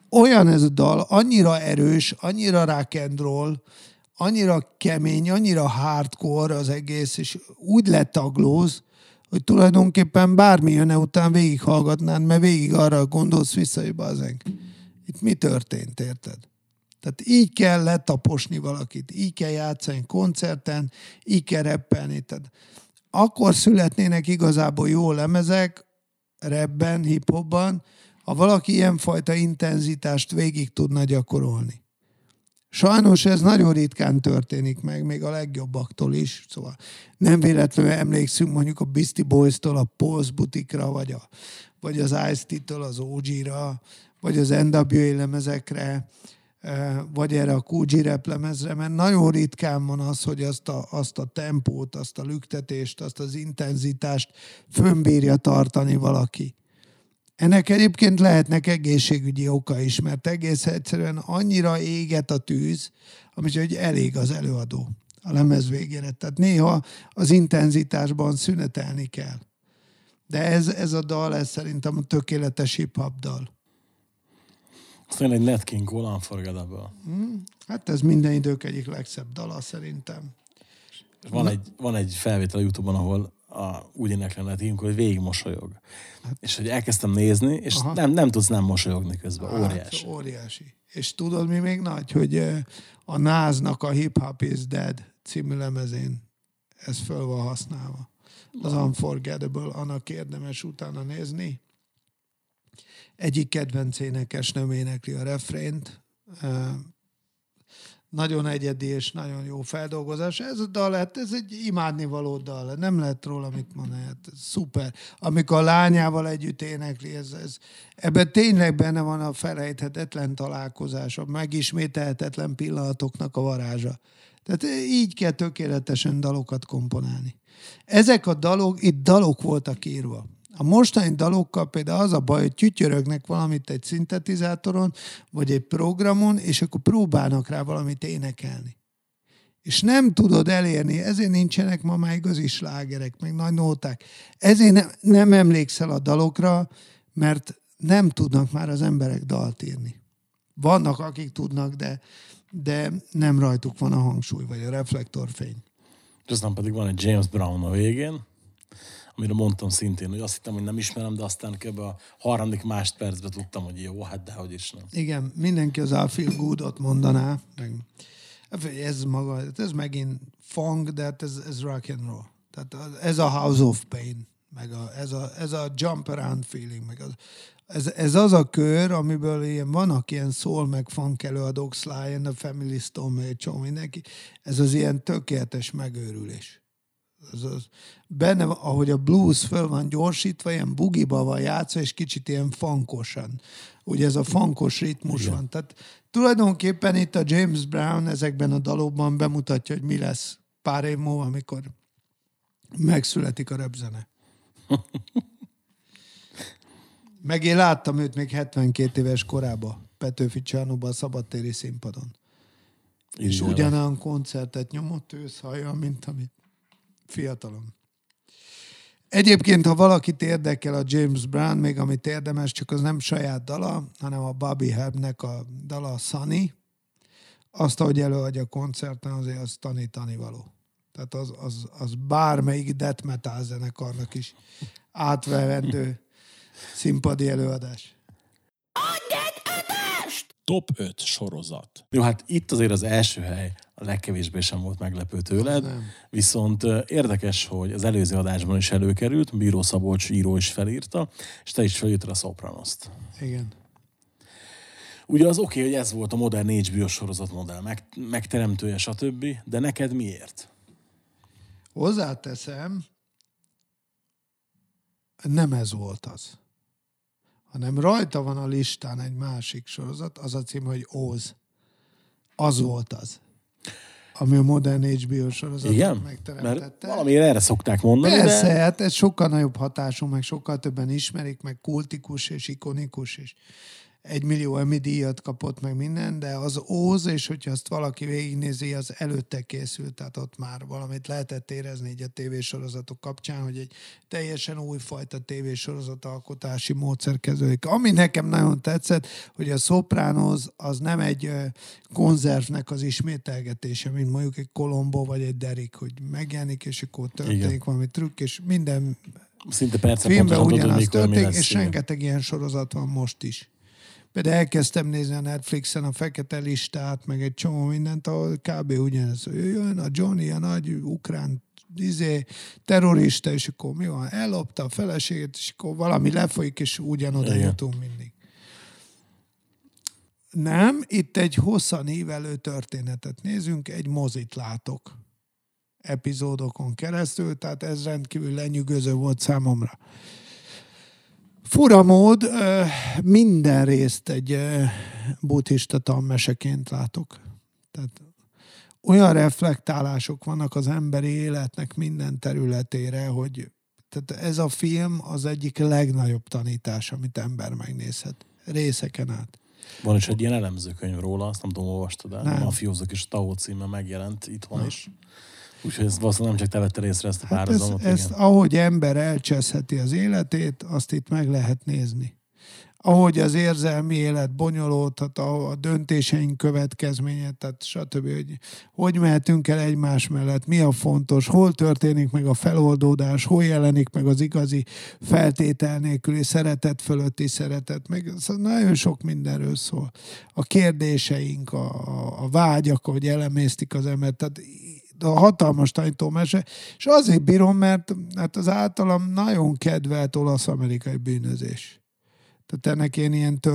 olyan ez a dal, annyira erős, annyira rock and roll, annyira kemény, annyira hardcore az egész, és úgy letaglóz, hogy tulajdonképpen bármi jönne után végighallgatnád, mert végig arra gondolsz vissza, hogy bazeg, itt mi történt, érted? Tehát így kell letaposni valakit, így kell játszani koncerten, így kell rappelni. Tehát akkor születnének igazából jó lemezek, rapben, hiphopban, ha valaki ilyenfajta intenzitást végig tudna gyakorolni. Sajnos ez nagyon ritkán történik meg, még a legjobbaktól is. Szóval nem véletlenül emlékszünk mondjuk a Beastie Boys-tól a Pulse Boutique-ra, vagy az Ice-T-től az OG-ra, vagy az NWA lemezekre, vagy erre a Kool G Rap lemezre, mert nagyon ritkán van az, hogy azt a tempót, azt a lüktetést, azt az intenzitást fönnbírja tartani valaki. Ennek egyébként lehetnek egészségügyi oka is, mert egész egyszerűen annyira éget a tűz, amit hogy elég az előadó a lemez végére. Tehát néha az intenzitásban szünetelni kell. De ez a dal, ez szerintem a tökéletes hip-hop dal. Aztán egy Nat King Cole Unforgettable. Hát ez minden idők egyik legszebb dala szerintem. Van egy felvétel a YouTube-on, ahol úgy énekel Nat King Cole, hogy végig mosolyog. Hát. És hogy elkezdtem nézni, és nem tudsz nem mosolyogni közben. Óriási. Óriási. És tudod, mi még nagy? Hogy a Nas-nak a Hip Hop is Dead című lemezén ez föl van használva. Az Unforgettable, annak érdemes utána nézni. Egyik kedvenc énekesnőm énekli a refrént. Nagyon egyedi és nagyon jó feldolgozás. Ez a dal, ez egy imádnivaló dal. Nem lehet róla mit mondani. Hát szuper. Amikor a lányával együtt énekli, ebben tényleg benne van a felejthetetlen találkozás, a megismételhetetlen pillanatoknak a varázsa. Tehát így kell tökéletesen dalokat komponálni. Ezek a dalok, itt dalok voltak írva. A mostani dalokkal például az a baj, hogy tütyörögnek valamit egy szintetizátoron, vagy egy programon, és akkor próbálnak rá valamit énekelni. És nem tudod elérni, ezért nincsenek ma már igazi slágerek, meg nagy nóták. Ezért nem emlékszel a dalokra, mert nem tudnak már az emberek dalt írni. Vannak, akik tudnak, de nem rajtuk van a hangsúly, vagy a reflektorfény. Aztán pedig van egy James Brown a végén, amire mondtam szintén, hogy azt hittem, hogy nem ismerem, de aztán kb. A 3. másodpercben tudtam, hogy jó, hát dehogy is nem. Igen, mindenki az I Feel Good-ot mondaná. Ez maga, ez megint funk, de ez rock and roll. Tehát ez a House of Pain, meg ez a jump around feeling, meg ez az a kör, amiből vannak ilyen soul, meg funk előadók, Sly and the Family Stone, mindenki. Ez az ilyen tökéletes megőrülés. Benne, ahogy a blues föl van gyorsítva, ilyen bugiba van játszva, és kicsit ilyen funkosan. Ugye ez a funkos ritmus van. Tehát tulajdonképpen itt a James Brown ezekben a dalokban bemutatja, hogy mi lesz pár év múlva, amikor megszületik a röpzene. Meg én láttam őt még 72 éves korában, Petőfi Csarnokban a szabadtéri színpadon. És ugyanolyan koncertet nyomott őszhajjal, mint amit fiatalon. Egyébként, ha valakit érdekel a James Brown, még amit érdemes, csak az nem saját dala, hanem a Bobby Hebb-nek a dala Sunny. Azt, ahogy előadja a koncerten, azért az tani való. Tehát az bármelyik death metal zenekarnak is átvevendő színpadi előadás. Top 5 sorozat. Jó, hát itt azért az első hely a legkevésbé sem volt meglepő tőled, viszont érdekes, hogy az előző adásban is előkerült, Bíró Szabolcs író is felírta, és te is felírtad a Sopranost. Igen. Ugye az oké, hogy ez volt a modern HBO sorozatmodell, megteremtője, stb., de neked miért? Hozzáteszem, nem ez volt az, hanem rajta van a listán egy másik sorozat, az a cím, hogy Oz. Az volt az, ami a modern HBO sorozatot megteremtette. Mert valamiért erre szokták mondani. Persze, de... hát ez sokkal nagyobb hatású, meg sokkal többen ismerik, meg kultikus és ikonikus, és 1 millió Emmy díjat kapott meg minden, de az Oz, és hogyha azt valaki végignézi, az előtte készült, tehát ott már valamit lehetett érezni így a tévésorozatok kapcsán, hogy egy teljesen újfajta tévésorozat alkotási módszer kezdődik. Ami nekem nagyon tetszett, hogy a Sopranos az nem egy konzervnek az ismételgetése, mint mondjuk egy Colombo vagy egy Derrick, hogy megjelenik, és akkor történik valami trükk, és minden szinte filmben ugyanaz történik, és rengeteg ilyen sorozat van most is. Például elkezdtem nézni a Netflixen a Fekete Listát, meg egy csomó mindent, ahol kb. Ugyanez. Jön a Johnny, a nagy ukrán terrorista, és akkor mi van? Ellopta a feleségét, és akkor valami lefolyik, és ugyanoda jutunk mindig. Nem, itt egy hosszan ívelő történetet nézünk, egy mozit látok epizódokon keresztül, tehát ez rendkívül lenyűgöző volt számomra. Fura mód, minden részt egy buddhista tanmeseként látok. Tehát olyan reflektálások vannak az emberi életnek minden területére, hogy tehát ez a film az egyik legnagyobb tanítás, amit ember megnézhet. Részeken át. Van is egy ilyen elemzőkönyv róla, azt nem tudom, olvastad el. A Mafiózók és Tao címmel megjelent itthon is. Úgyhogy ez valószínűleg nem csak te vettél észre ezt a párhuzamot. Ezt ahogy ember elcseszheti az életét, azt itt meg lehet nézni. Ahogy az érzelmi élet bonyolódhat, a döntéseink következménye, tehát stb. Hogy mehetünk el egymás mellett, mi a fontos, hol történik meg a feloldódás, hol jelenik meg az igazi feltétel nélküli szeretet fölötti szeretet, meg nagyon sok mindenről szól. A kérdéseink, a vágyak, hogy elemésztik az embert, tehát a hatalmas tanítómese, és azért bírom, mert hát az általam nagyon kedvelt olasz-amerikai bűnözés. Tehát ennek én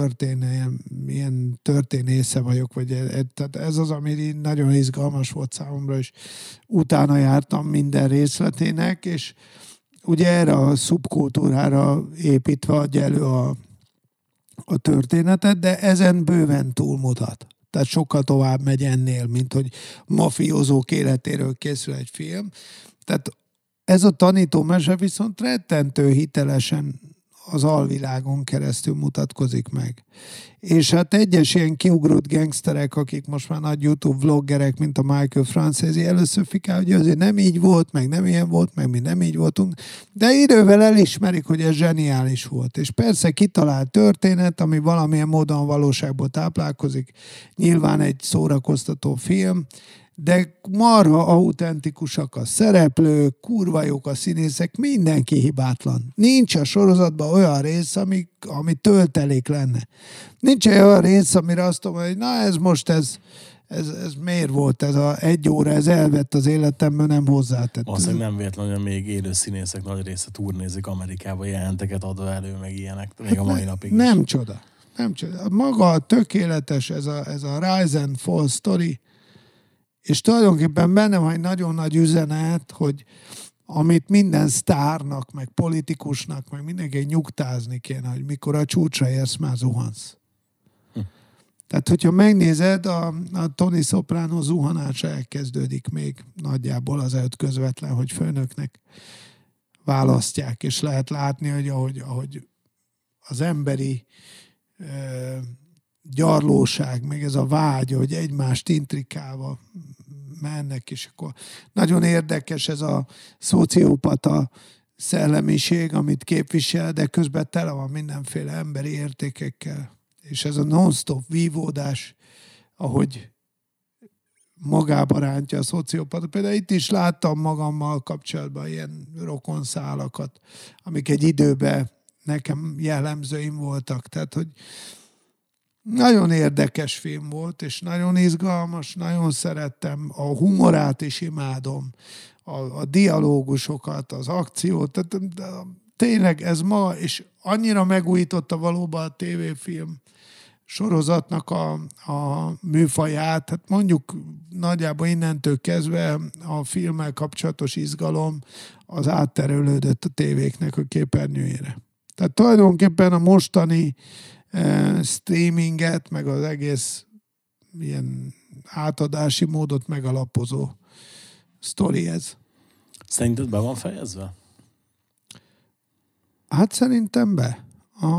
ilyen történésze vagyok, tehát ez az, ami nagyon izgalmas volt számomra, és utána jártam minden részletének, és ugye erre a szubkultúrára építve adja elő a történetet, de ezen bőven túlmutat. Tehát sokkal tovább megy ennél, mint hogy mafiózók életéről készül egy film. Tehát ez a tanítómese viszont rettentő hitelesen az alvilágon keresztül mutatkozik meg. És hát egyes ilyen kiugrott gangsterek, akik most már nagy YouTube vloggerek, mint a Michael Francesi, először fikál, hogy azért nem így volt, meg nem ilyen volt, meg mi nem így voltunk, de idővel elismerik, hogy ez zseniális volt. És persze kitalált történet, ami valamilyen módon a valóságból táplálkozik, nyilván egy szórakoztató film, de marha autentikusak a szereplők, kurva jók a színészek, mindenki hibátlan. Nincs a sorozatban olyan rész, ami töltelék lenne. Nincs olyan rész, amire azt mondom, hogy na ez most ez miért volt ez a 1 óra, ez elvett az életemből, nem hozzátett. Azt nem véletlenül, hogy még élő színészek nagy része turnézik Amerikába, jelenteket adva elő, meg ilyenek, még a mai napig nem csoda. Maga tökéletes ez a Rise and Fall story, és tulajdonképpen benne van egy nagyon nagy üzenet, hogy amit minden sztárnak, meg politikusnak, meg mindenki nyugtázni kéne, hogy mikor a csúcsra érsz, már zuhansz. Tehát, hogyha megnézed, a Tony Soprano zuhanása elkezdődik még nagyjából azelőtt közvetlen, hogy főnöknek választják, és lehet látni, hogy ahogy az emberi gyarlóság, meg ez a vágy, hogy egymást intrikálva mennek, és akkor nagyon érdekes ez a szociopata szellemiség, amit képvisel, de közben tele van mindenféle emberi értékekkel. És ez a non-stop vívódás, ahogy magába rántja a szociopata. Például itt is láttam magammal kapcsolatban ilyen rokonszálakat, amik egy időben nekem jellemzőim voltak. Tehát, hogy nagyon érdekes film volt, és nagyon izgalmas, nagyon szerettem. A humorát is imádom, a dialógusokat, az akciót. Tehát, tényleg ez ma, és annyira megújította valóban a tévéfilm sorozatnak a műfaját. Hát mondjuk nagyjából innentől kezdve a filmmel kapcsolatos izgalom az átterelődött a tévéknek a képernyőjére. Tehát tulajdonképpen a mostani streaminget, meg az egész ilyen átadási módot megalapozó sztori ez. Szerinted be van fejezve? Hát szerintem be.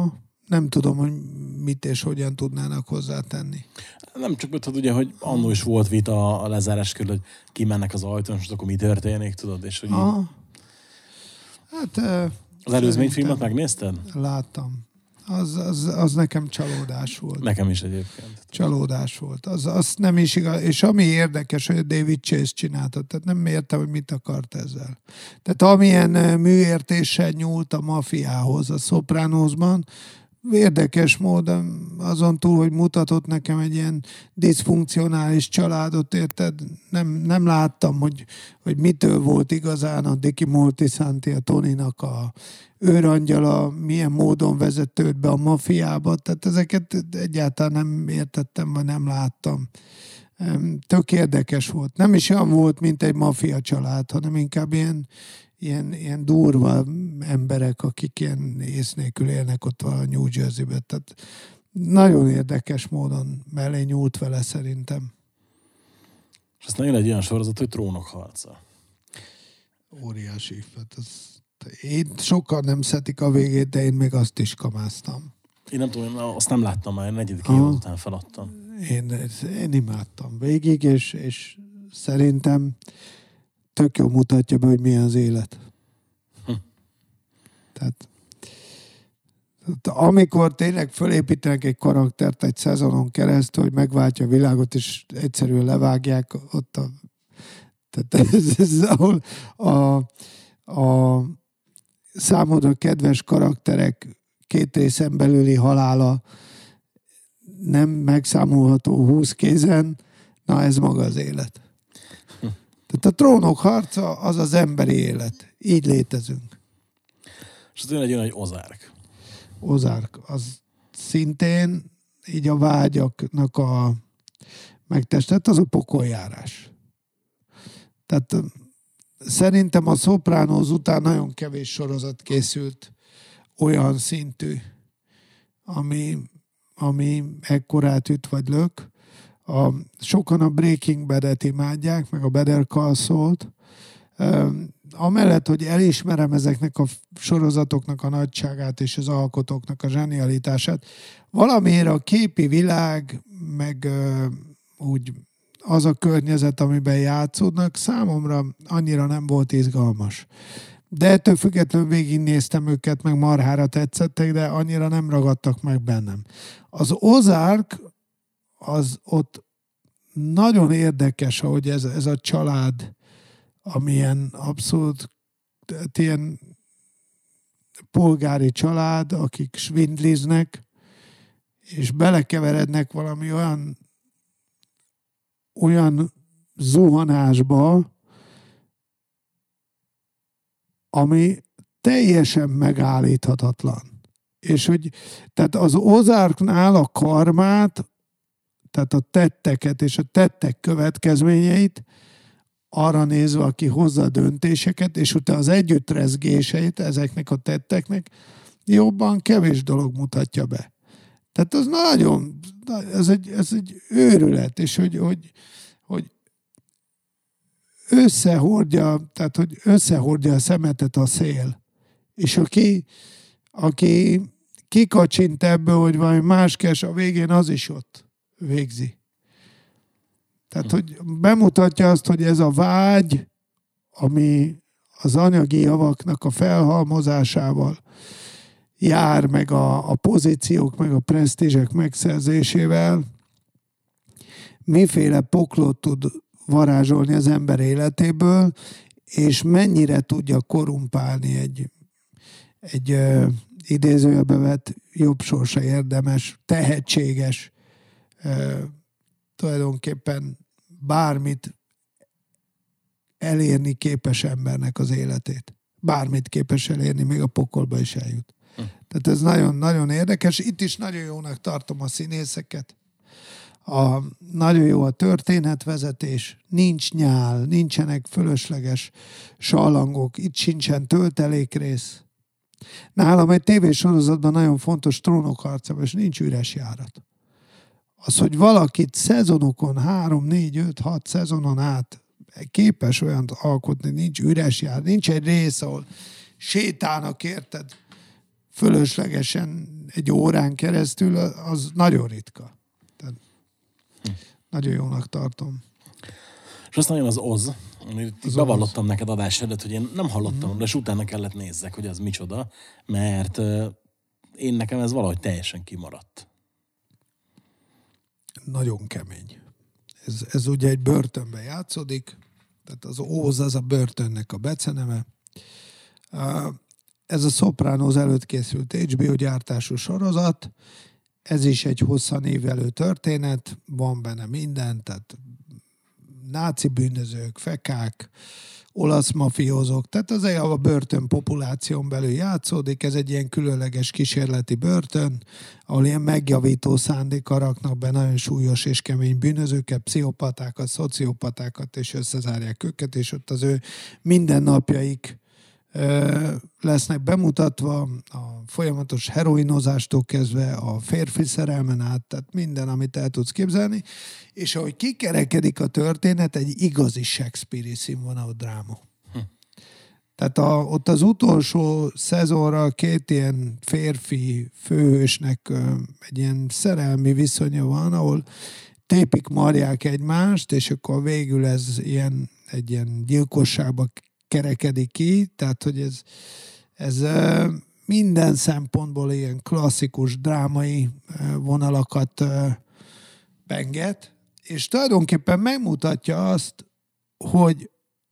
nem tudom, hogy mit és hogyan tudnának hozzátenni. Nem csak tudod, ugye, hogy annó is volt vita a lezárás körül, hogy kimennek az ajtón, és akkor mi történik, tudod, és hogy Hát, az előzményfilmet megnézted? Láttam. Az nekem csalódás volt. Nekem is egyébként. Csalódás volt. Az nem is igaz. És ami érdekes, hogy David Chase csinálta. Tehát nem értem, hogy mit akart ezzel. Tehát amilyen műértéssel nyúlt a mafiához a Sopranosban, érdekes módon azon túl, hogy mutatott nekem egy ilyen diszfunkcionális családot, érted? Nem láttam, hogy mitől volt igazán a Dicky Moltisanti, a Tonynak a őrangyala, milyen módon vezetőd be a mafiába. Tehát ezeket egyáltalán nem értettem, vagy nem láttam. Tök érdekes volt. Nem is olyan volt, mint egy mafia család, hanem inkább ilyen durva emberek, akik ilyen ész nélkül élnek ott a New Jersey-be. Tehát nagyon érdekes módon mellé nyúlt vele szerintem. És aztán jön egy olyan sorozat, hogy Trónok harca. Óriási. Hát én sokkal nem szedik a végét, de én még azt is kamáztam. Én nem tudom, azt nem láttam már, negyedik év után feladtam. Én imádtam végig, és szerintem tök jó mutatja be, hogy milyen az élet. Tehát amikor tényleg fölépítenek egy karaktert egy szezonon keresztül, hogy megváltja a világot, és egyszerűen levágják ott tehát ez ahol a számodra kedves karakterek 2 részen belüli halála nem megszámolható 20 kézen, na ez maga az élet. Tehát a Trónok harca az az emberi élet. Így létezünk. És az jön egy Ozark. Ozark, az szintén így a vágyaknak a megtestett, az a pokoljárás. Tehát szerintem a Sopranos után nagyon kevés sorozat készült olyan szintű, ami ekkorát üt vagy lök. Sokan a Breaking Bad-et imádják, meg a Better Call Saul-t. Amellett, hogy elismerem ezeknek a sorozatoknak a nagyságát és az alkotóknak a zsenialitását, valamiért a képi világ, meg úgy az a környezet, amiben játszódnak, számomra annyira nem volt izgalmas. De ettől függetlenül végignéztem őket, meg marhára tetszettek, de annyira nem ragadtak meg bennem. Az Ozark, az ott nagyon érdekes, ahogy ez a család, amilyen abszolút ilyen polgári család, akik svindliznek, és belekeverednek valami olyan zuhanásba, ami teljesen megállíthatatlan. És hogy tehát az Ozarknál a karmát, tehát a tetteket és a tettek következményeit arra nézve, aki hozza a döntéseket, és utána az együttrezgéseit ezeknek a tetteknek jobban kevés dolog mutatja be. Tehát az nagyon, ez egy őrület, és hogy összehordja a szemetet a szél. És aki kikacsint ebből, hogy valami más kes, a végén az is ott végzi. Tehát, hogy bemutatja azt, hogy ez a vágy, ami az anyagi javaknak a felhalmozásával jár, meg a pozíciók, meg a presztízsek megszerzésével, miféle poklot tud varázsolni az ember életéből, és mennyire tudja korumpálni egy idézőjelbe vett jobb sorsa érdemes, tehetséges, tulajdonképpen bármit elérni képes embernek az életét. Bármit képes elérni, még a pokolba is eljut. Tehát ez nagyon-nagyon érdekes. Itt is nagyon jónak tartom a színészeket. Nagyon jó a történetvezetés, nincs nyál, nincsenek fölösleges sallangok, itt sincsen töltelékrész. Nálam egy tévésorozatban nagyon fontos Trónok harcában, és nincs üres járat. Az, hogy valakit szezonokon, 3, 4, 5, 6 szezonon át képes olyant alkotni, nincs üres járat, nincs egy rész, ahol sétálnak, érted, fölöslegesen egy órán keresztül, az nagyon ritka. Tehát nagyon jónak tartom. És aztán jön az Oz, amit bevallottam neked adás előtt, hogy én nem hallottam, de és utána kellett nézzek, hogy az micsoda, mert én nekem ez valahogy teljesen kimaradt. Nagyon kemény. Ez ugye egy börtönben játszódik, tehát az Oz az a börtönnek a beceneve. Ez a Sopranos előtt készült HBO gyártású sorozat, ez is egy hosszan évelő történet, van benne minden, tehát náci bűnözők, fekák, olasz mafiózók, tehát az a börtön populáción belül játszódik, ez egy ilyen különleges kísérleti börtön, ahol ilyen megjavító szándékkal raknak be nagyon súlyos és kemény bűnözőket, pszichopatákat, szociopatákat, és összezárják őket, és ott az ő mindennapjaik lesznek bemutatva, a folyamatos heroinozástól kezdve a férfi szerelmen át, tehát minden, amit el tudsz képzelni, és ahogy kikerekedik a történet, egy igazi Shakespeare-i színvonalú dráma. Tehát ott az utolsó szezonra két ilyen férfi főhősnek egy ilyen szerelmi viszonya van, ahol tépik, marják egymást, és akkor végül ez egy ilyen gyilkosságba kerekedik ki, tehát hogy ez minden szempontból ilyen klasszikus drámai vonalakat penget, és tulajdonképpen megmutatja azt, hogy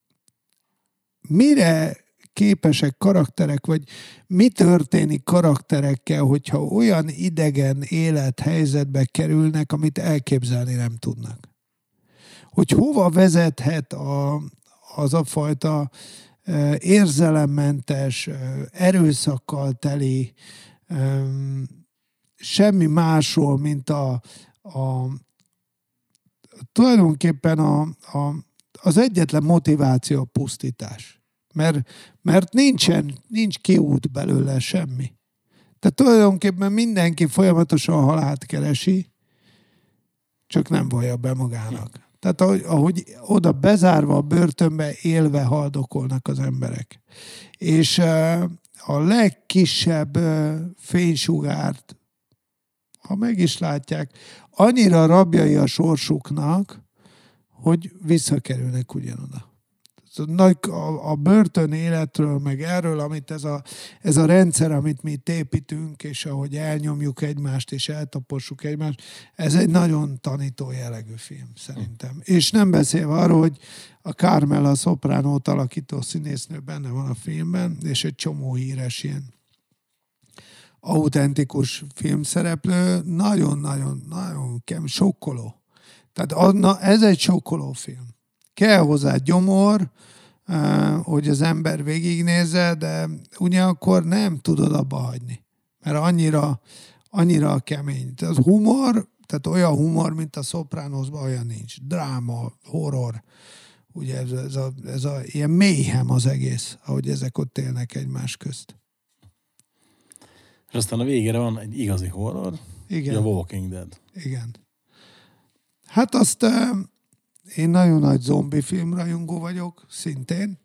mire képesek karakterek, vagy mi történik karakterekkel, hogyha olyan idegen élethelyzetbe kerülnek, amit elképzelni nem tudnak. Hogy hova vezethet az a fajta érzelemmentes, erőszakkal teli, semmi másról, mint tulajdonképpen az egyetlen motiváció a pusztítás. Mert nincs kiút belőle semmi. Tehát tulajdonképpen mindenki folyamatosan a halált keresi, csak nem vallja be magának. Tehát ahogy oda bezárva a börtönbe élve haldokolnak az emberek. És a legkisebb fénysugárt, ha meg is látják, annyira rabjai a sorsuknak, hogy visszakerülnek ugyanoda. A börtön életről, meg erről, amit ez a rendszer, amit mi itt építünk, és ahogy elnyomjuk egymást, és eltapossuk egymást, ez egy nagyon tanító jellegű film, szerintem. És nem beszélve arról, hogy a Carmela Sopranót alakító színésznő benne van a filmben, és egy csomó híres ilyen autentikus filmszereplő, nagyon sokkoló. Tehát ez egy sokkoló film. Kell hozzá gyomor, hogy az ember végignézze, de ugyanakkor nem tudod abba hagyni. Mert annyira kemény. Tehát humor, tehát olyan humor, mint a Sopranosban, olyan nincs. Dráma, horror. Ugye ez a ilyen mélyhem az egész, ahogy ezek ott élnek egymás közt. És aztán a végére van egy igazi horror, igen. A Walking Dead. Igen. Hát azt én nagyon nagy zombi filmrajongó vagyok, szintén.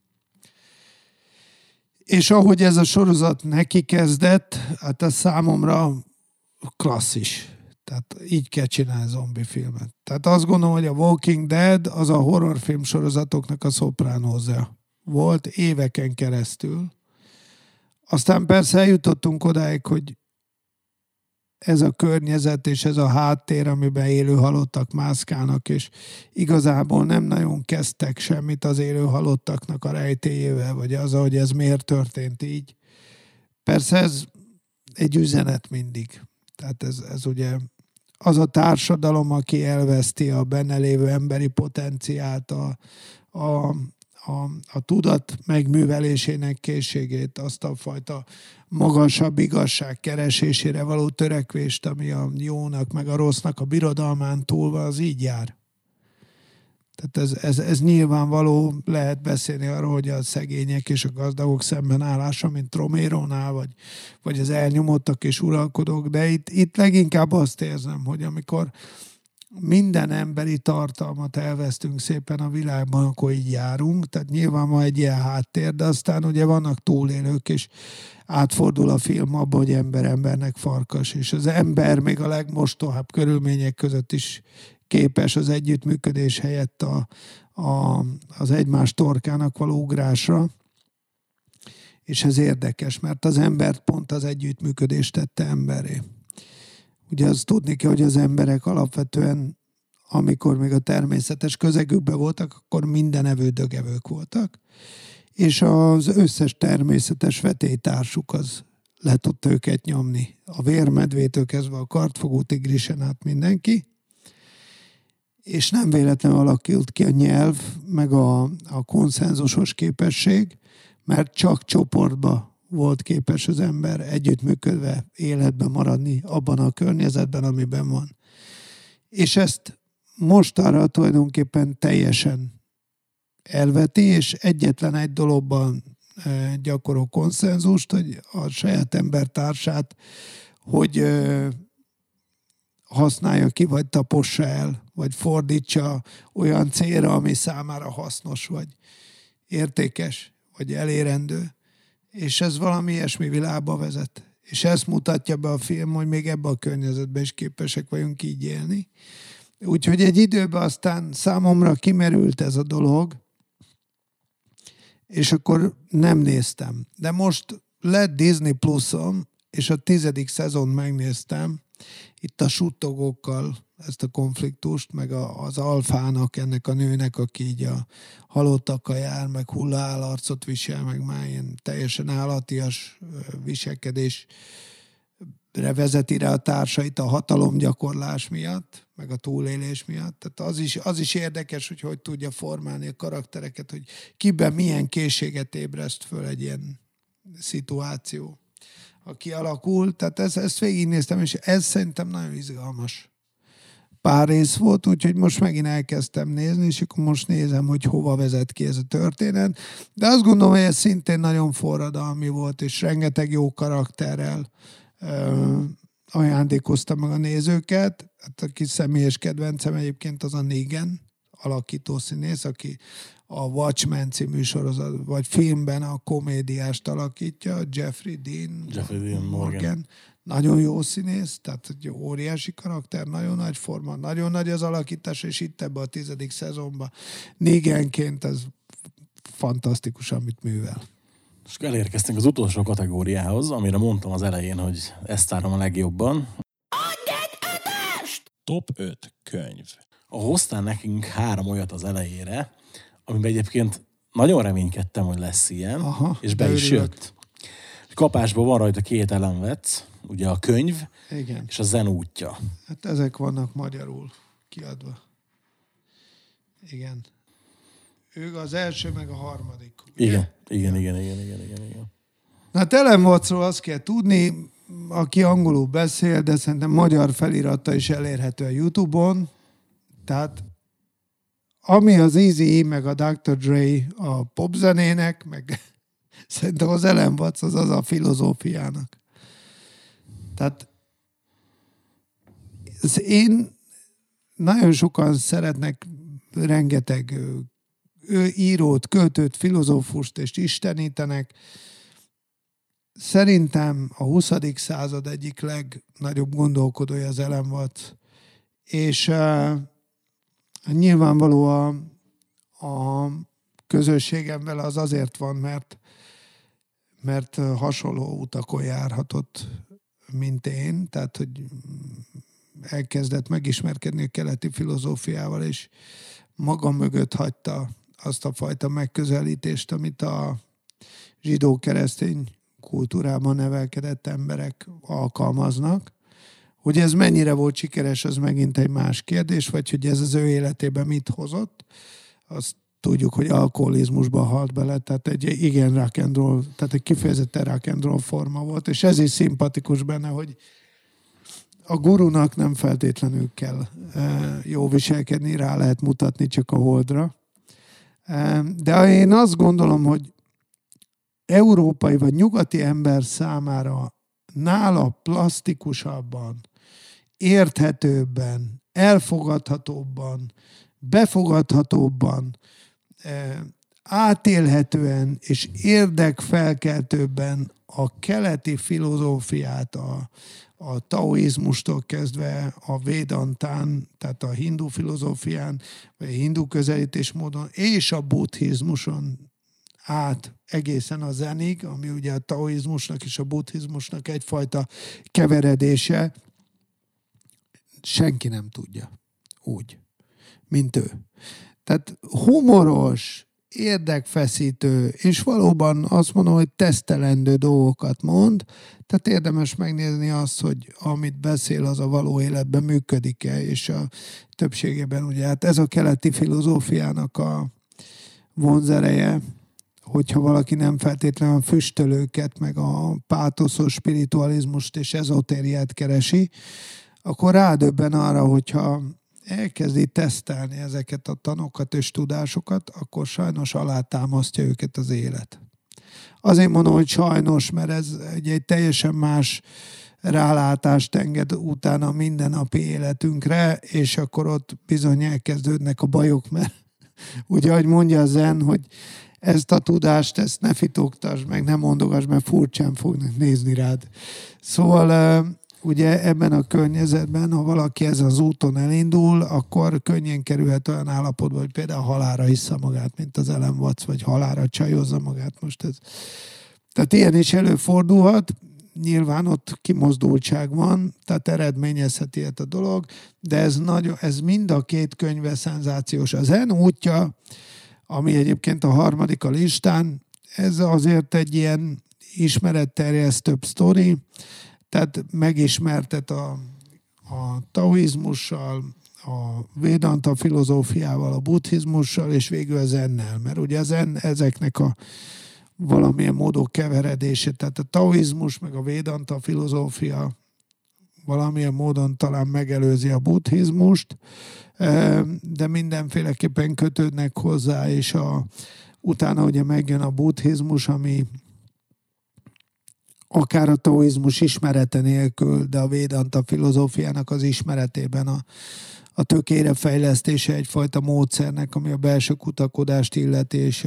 És ahogy ez a sorozat neki kezdett, hát ez számomra klasszis. Tehát így kell csinálni zombi filmet. Tehát azt gondolom, hogy a Walking Dead az a horrorfilm sorozatoknak a Sopranosja volt éveken keresztül. Aztán persze eljutottunk odáig, hogy ez a környezet és ez a háttér, amiben élő halottak mászkálnak, és igazából nem nagyon kezdtek semmit az élő halottaknak a rejtélyével, vagy az, hogy ez miért történt így. Persze ez egy üzenet mindig. Tehát ez ugye az a társadalom, aki elveszti a benne lévő emberi potenciált, a tudat megművelésének készségét, azt a fajta magasabb igazság keresésére való törekvést, ami a jónak meg a rossznak a birodalmán túl van, az így jár. Tehát ez nyilvánvaló, lehet beszélni arról, hogy a szegények és a gazdagok szemben állása, mint Romérónál, vagy az elnyomottak és uralkodók, de itt leginkább azt érzem, hogy amikor minden emberi tartalmat elvesztünk szépen a világban, akkor így járunk. Tehát nyilván van egy ilyen háttér, de aztán ugye vannak túlélők, és átfordul a film abba, hogy ember embernek farkas, és az ember még a legmostohább körülmények között is képes az együttműködés helyett az egymás torkának való ugrásra. És ez érdekes, mert az embert pont az együttműködést tette emberré. Ugye azt tudni kell, hogy az emberek alapvetően, amikor még a természetes közegükben voltak, akkor mindenevő dögevők voltak, és az összes természetes vetélytársuk az le tudta őket nyomni. A vérmedvétől kezdve a kartfogó tigrisen át mindenki, és nem véletlenül alakult ki a nyelv, meg a konszenzusos képesség, mert csak csoportba volt képes az ember együttműködve életben maradni abban a környezetben, amiben van. És ezt mostanra tulajdonképpen teljesen elveti, és egyetlen egy dologban gyakorol konszenzust, hogy a saját embertársát, hogy használja ki, vagy tapossa el, vagy fordítsa olyan célra, ami számára hasznos, vagy értékes, vagy elérendő. És ez valami ilyesmi világba vezet. És ezt mutatja be a film, hogy még ebben a környezetben is képesek vagyunk így élni. Úgyhogy egy időben aztán számomra kimerült ez a dolog, és akkor nem néztem. De most lett Disney Pluszom, és a 10. szezon megnéztem, itt a suttogókkal ezt a konfliktust, meg az alfának, ennek a nőnek, aki így a halottakkal jár, meg hullaállarcot visel, meg már ilyen teljesen állatias viselkedésre vezeti rá a társait a hatalomgyakorlás miatt, meg a túlélés miatt. Tehát az is érdekes, hogy tudja formálni a karaktereket, hogy kiben milyen készséget ébreszt föl egy ilyen szituáció, ha kialakul. Tehát ezt végignéztem, és ez szerintem nagyon izgalmas. Pár rész volt, úgyhogy most megint elkezdtem nézni, és akkor most nézem, hogy hova vezet ki ez a történet. De azt gondolom, hogy ez szintén nagyon forradalmi volt, és rengeteg jó karakterrel ajándékozta meg a nézőket. Hát a kis személyes kedvencem egyébként az a Negan alakító színész, aki a Watchmen című sorozat, vagy filmben a komédiást alakítja, Jeffrey Dean Morgan. Nagyon jó színész, tehát egy óriási karakter, nagyon nagy forma, nagyon nagy az alakítás, és itt ebben a 10. szezonban Neganként ez fantasztikus, amit művel. És elérkeztünk az utolsó kategóriához, amire mondtam az elején, hogy ezt tárom a legjobban. Adj egy 5-est! Top 5 könyv. Hoztál nekünk 3 olyat az elejére, amiben egyébként nagyon reménykedtem, hogy lesz ilyen, és be is jött. Kapásban van rajta 2 elemvec, ugye a könyv, igen, és a Zen útja. Hát ezek vannak magyarul kiadva. Igen. Ők az első, meg a harmadik. Ugye? Igen. Na hát Ellen Wattsról azt kell tudni, aki angolul beszél, de szerintem magyar felirata is elérhető a YouTube-on. Tehát ami az Eazy-E, meg a Dr. Dre a popzenének, meg szerintem az Ellen Watts az a filozófiának. Tehát én nagyon sokan szeretnek rengeteg írót, költőt, filozófust és istenítenek. Szerintem a 20. század egyik legnagyobb gondolkodója az Ellen Watts. És nyilvánvaló a közösségem vele az azért van, mert hasonló utakon járhatott, mint én, tehát hogy elkezdett megismerkedni a keleti filozófiával, és maga mögött hagyta azt a fajta megközelítést, amit a zsidó-keresztény kultúrában nevelkedett emberek alkalmaznak. Hogy ez mennyire volt sikeres, az megint egy más kérdés, vagy hogy ez az ő életében mit hozott. Azt tudjuk, hogy alkoholizmusba halt bele, tehát egy igen rock and roll, tehát egy kifejezetten rock and roll forma volt, és ez is szimpatikus benne, hogy a gurunak nem feltétlenül kell jó viselkedni, rá lehet mutatni csak a holdra. De én azt gondolom, hogy európai vagy nyugati ember számára nála plastikusabban, érthetőbben elfogadhatóbban, befogadhatóbban, átélhetően és érdekfelkeltőbben a keleti filozófiát, a taoizmustól kezdve a védantán, tehát a hindu filozófián, vagy a hindu közelítésmódon, és a buddhizmuson át egészen a zenig, ami ugye a taoizmusnak és a buddhizmusnak egyfajta keveredése, senki nem tudja úgy, mint ő. Tehát humoros, érdekfeszítő, és valóban azt mondom, hogy tesztelendő dolgokat mond, tehát érdemes megnézni azt, hogy amit beszél, az a való életben működik-e, és a többségében ugye, hát ez a keleti filozófiának a vonzereje, hogyha valaki nem feltétlenül a füstölőket, meg a pátoszos spiritualizmust és ezotériát keresi, akkor rádöbben arra, hogyha elkezdi tesztelni ezeket a tanokat és tudásokat, akkor sajnos alátámasztja őket az élet. Azért mondom, hogy sajnos, mert ez egy teljesen más rálátást enged utána a mindennapi életünkre, és akkor ott bizony elkezdődnek a bajok, mert ugye, ahogy mondja a Zen, hogy ezt a tudást, ezt ne fitoktasd meg, ne mondogass, mert furcsán fognak nézni rád. Szóval ugye ebben a környezetben, ha valaki ezen az úton elindul, akkor könnyen kerülhet olyan állapotba, hogy például halálra hissza magát, mint az Ellen Watts, vagy halálra csajozza magát most ez. Tehát ilyen is előfordulhat, nyilván ott kimozdultság van, tehát eredményezheti ilyet a dolog, de ez mind a két könyve szenzációs. Az Zen útja, ami egyébként a harmadik a listán, ez azért egy ilyen ismeretterjesztőbb sztori, tehát megismertet a taoizmussal, a védanta filozófiával, a buddhizmussal, és végül a zennel. Mert ugye a zen ezeknek a valamilyen módon keveredése, tehát a taoizmus meg a védanta filozófia valamilyen módon talán megelőzi a buddhizmust, de mindenféleképpen kötődnek hozzá, és utána ugye megjön a buddhizmus, ami akár a taoizmus ismerete nélkül, de a védanta filozófiának az ismeretében a tökére fejlesztése egyfajta módszernek, ami a belső kutakodást illeti, és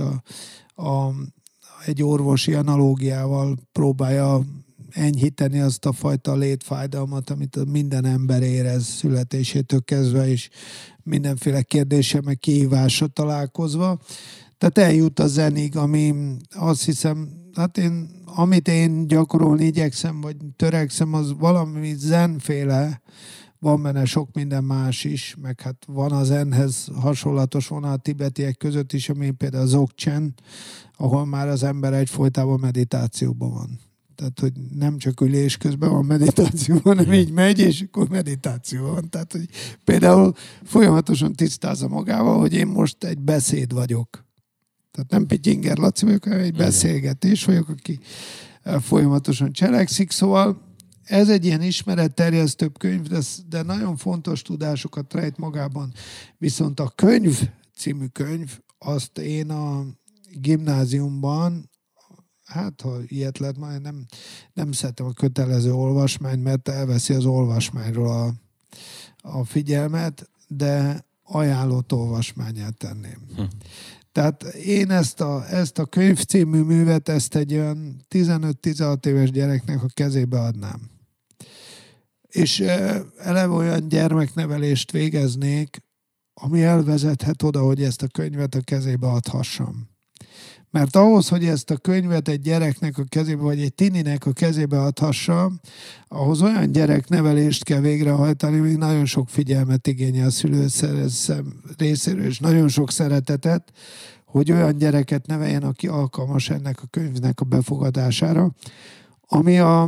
egy orvosi analógiával próbálja enyhíteni azt a fajta létfájdalmat, amit minden ember érez születésétől kezdve, és mindenféle kérdése meg kihívásra találkozva. Tehát eljut a zenig, ami azt hiszem, hát amit én gyakorolni igyekszem, vagy törekszem, az valami zenféle, van benne sok minden más is, meg hát van a zenhez hasonlatos vonal a tibetiek között is, ami például a Dzogchen, ahol már az ember egyfolytában meditációban van. Tehát, hogy nem csak ülés közben van meditáció, hanem így megy, és akkor meditáció van. Tehát, hogy például folyamatosan tisztázza magával, hogy én most egy beszéd vagyok. Tehát nem Pityinger Laci vagyok, hanem egy beszélgetés vagyok, aki folyamatosan cselekszik. Szóval ez egy ilyen ismeretterjesztőbb könyv, de nagyon fontos tudásokat rejt magában. Viszont a könyv, című könyv, azt én a gimnáziumban, hát ha ilyet lehet, majd nem szeretem a kötelező olvasmányt, mert elveszi az olvasmányról a figyelmet, de ajánlott olvasmányát tenném. Tehát én ezt a könyv című művet, ezt egy olyan 15-16 éves gyereknek a kezébe adnám. És eleve olyan gyermeknevelést végeznék, ami elvezethet oda, hogy ezt a könyvet a kezébe adhassam. Mert ahhoz, hogy ezt a könyvet egy gyereknek a kezébe, vagy egy tininek a kezébe adhassam, ahhoz olyan gyereknevelést kell végrehajtani, még nagyon sok figyelmet igényel a szülő részéről, és nagyon sok szeretetet, hogy olyan gyereket neveljen, aki alkalmas ennek a könyvnek a befogadására, ami a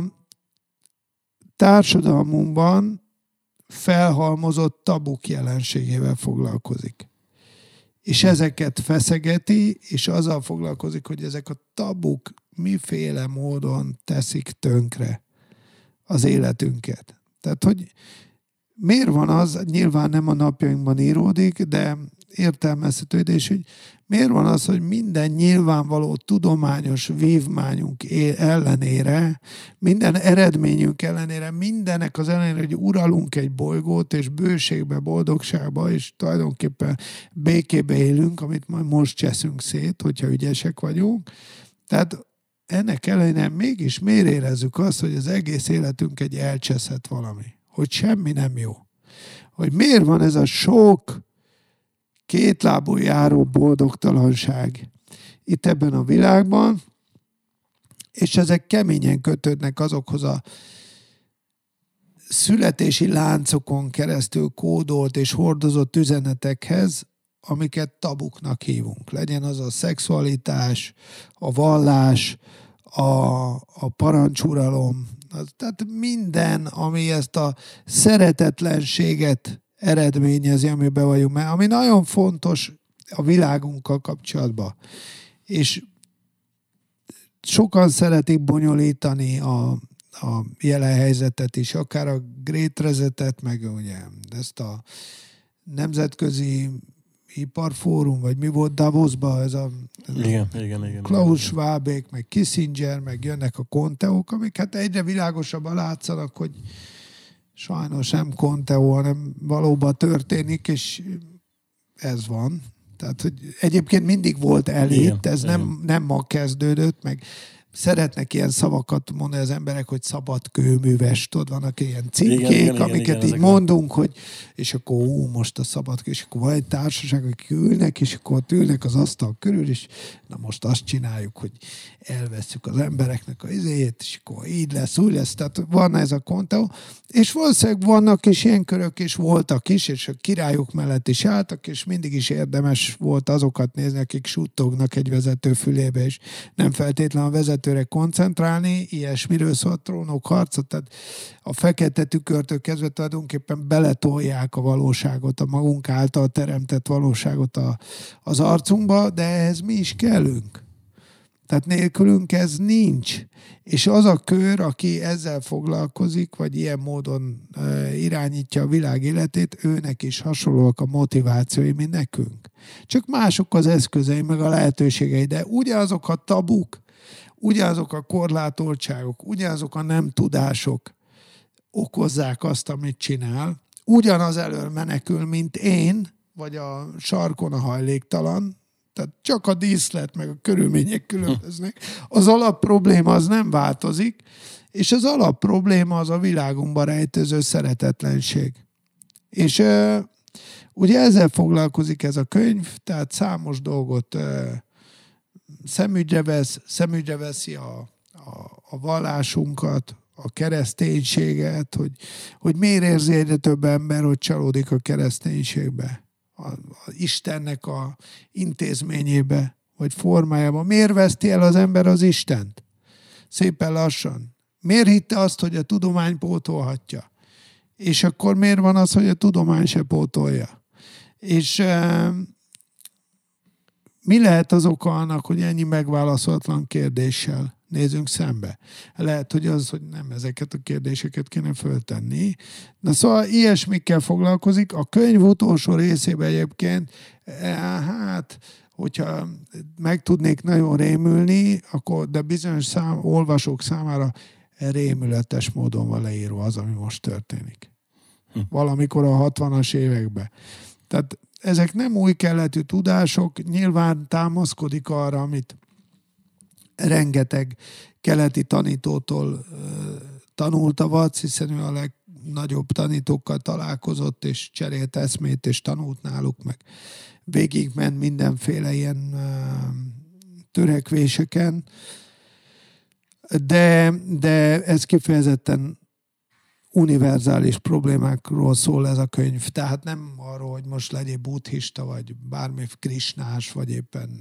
társadalmunkban felhalmozott tabuk jelenségével foglalkozik. És ezeket feszegeti, és azzal foglalkozik, hogy ezek a tabuk miféle módon teszik tönkre az életünket. Tehát, hogy miért van az, nyilván nem a napjainkban íródik, de értelmezhető, és hogy miért van az, hogy minden nyilvánvaló tudományos vívmányunk ellenére, minden eredményünk ellenére, mindennek az ellenére, hogy uralunk egy bolygót, és bőségbe, boldogságba, és tulajdonképpen békébe élünk, amit majd most cseszünk szét, hogyha ügyesek vagyunk. Tehát ennek ellenére mégis miért érezzük azt, hogy az egész életünk egy elcseszett valami? Hogy semmi nem jó. Hogy miért van ez a sok kétlábú járó boldogtalanság itt ebben a világban, és ezek keményen kötődnek azokhoz a születési láncokon keresztül kódolt és hordozott üzenetekhez, amiket tabuknak hívunk. Legyen az a szexualitás, a vallás, a parancsuralom, tehát minden, ami ezt a szeretetlenséget eredményezi, amiben vagyunk, mert ami nagyon fontos a világunkkal kapcsolatban. És sokan szeretik bonyolítani a jelen helyzetet is, akár a Great Resetet, meg ugye ezt a nemzetközi iparfórum, vagy mi volt Davosban, ez a Klaus Schwabék, meg Kissinger, meg jönnek a konteók, amik hát egyre világosabban látszanak, hogy sajnos nem konteó, hanem valóban történik, és ez van. Tehát, hogy egyébként mindig volt elit, ez nem ma kezdődött, meg szeretnek ilyen szavakat mondani az emberek, hogy szabad kőműves, tudod, vannak ilyen címkék, amiket így mondunk, hogy és akkor most a szabad kő, és akkor van egy társaság, akik ülnek, és akkor ott ülnek az asztal körül, és na most azt csináljuk, hogy elvesszük az embereknek az izéjét, és akkor így lesz, úgy lesz, tehát van ez a konteó, és valószínűleg vannak is ilyen körök, és voltak is, és a királyok mellett is álltak, és mindig is érdemes volt azokat nézni, akik suttognak egy vezető fülébe, és nem feltétlenül a vezetőre koncentrálni, ilyesmiről szól a Trónok harca, tehát a fekete tükörtől kezdve tulajdonképpen beletolják a valóságot, a magunk által teremtett valóságot az arcunkba, de ehhez mi is kellünk. Tehát nélkülünk ez nincs. És az a kör, aki ezzel foglalkozik, vagy ilyen módon irányítja a világ életét, őnek is hasonlóak a motivációi, mint nekünk. Csak mások az eszközei, meg a lehetőségei, de ugyanazok a tabuk, ugyanazok a korlátoltságok, ugyanazok a nem tudások okozzák azt, amit csinál. Ugyanaz elől menekül, mint én, vagy a sarkon a hajléktalan, tehát csak a díszlet, meg a körülmények különböznek. Az alapprobléma az nem változik, és az alapprobléma az a világunkban rejtőző szeretetlenség. És ugye ezzel foglalkozik ez a könyv, tehát számos dolgot szemügyre veszi a vallásunkat, a kereszténységet, hogy miért érzi egyre több ember, hogy csalódik a kereszténységbe, a Istennek a intézményébe, vagy formájában. Miért veszti el az ember az Istent? Szépen lassan. Miért hitte azt, hogy a tudomány pótolhatja? És akkor miért van az, hogy a tudomány se pótolja? És mi lehet az oka annak, hogy ennyi megválaszolatlan kérdéssel nézünk szembe? Lehet, hogy az, hogy nem ezeket a kérdéseket kéne föltenni. De szóval ilyesmikkel foglalkozik. A könyv utolsó részében egyébként, hát, hogyha meg tudnék nagyon rémülni, akkor, de bizonyos olvasók számára rémületes módon van leírva az, ami most történik. Valamikor a 60-as években. Tehát ezek nem új keletű tudások, nyilván támaszkodik arra, amit rengeteg keleti tanítótól tanult a Vac, hiszen ő a legnagyobb tanítókkal találkozott, és cserélt eszmét, és tanult náluk, meg végigment mindenféle ilyen törekvéseken. De ez kifejezetten univerzális problémákról szól ez a könyv. Tehát nem arról, hogy most legyél buddhista, vagy bármi krisnás, vagy éppen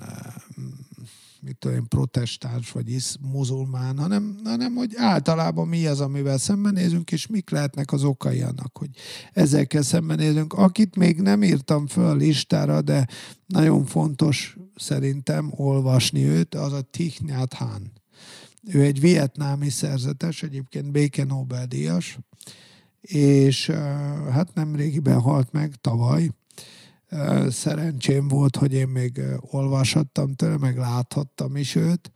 protestáns, vagy muzulmán, hanem hogy általában mi az, amivel szembenézünk, és mik lehetnek az okai annak, hogy ezekkel szembenézünk. Akit még nem írtam föl a listára, de nagyon fontos szerintem olvasni őt, az a Thich Nhat Hanh. Ő egy vietnámi szerzetes, egyébként béke Nobel-díjas, és hát nemrégiben halt meg, tavaly. Szerencsém volt, hogy én még olvashattam tőle, meg láthattam is őt.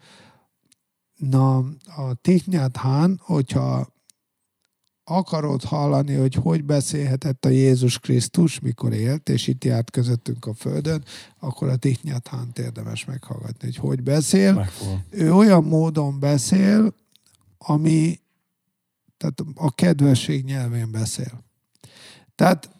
Na, a Thich Nhat Hanh, hogyha akarod hallani, hogy beszélhetett a Jézus Krisztus, mikor élt, és itt járt közöttünk a Földön, akkor a Thich Nhat Hanh érdemes meghallgatni, hogy beszél. Megfogom. Ő olyan módon beszél, ami tehát a kedvesség nyelvén beszél. Tehát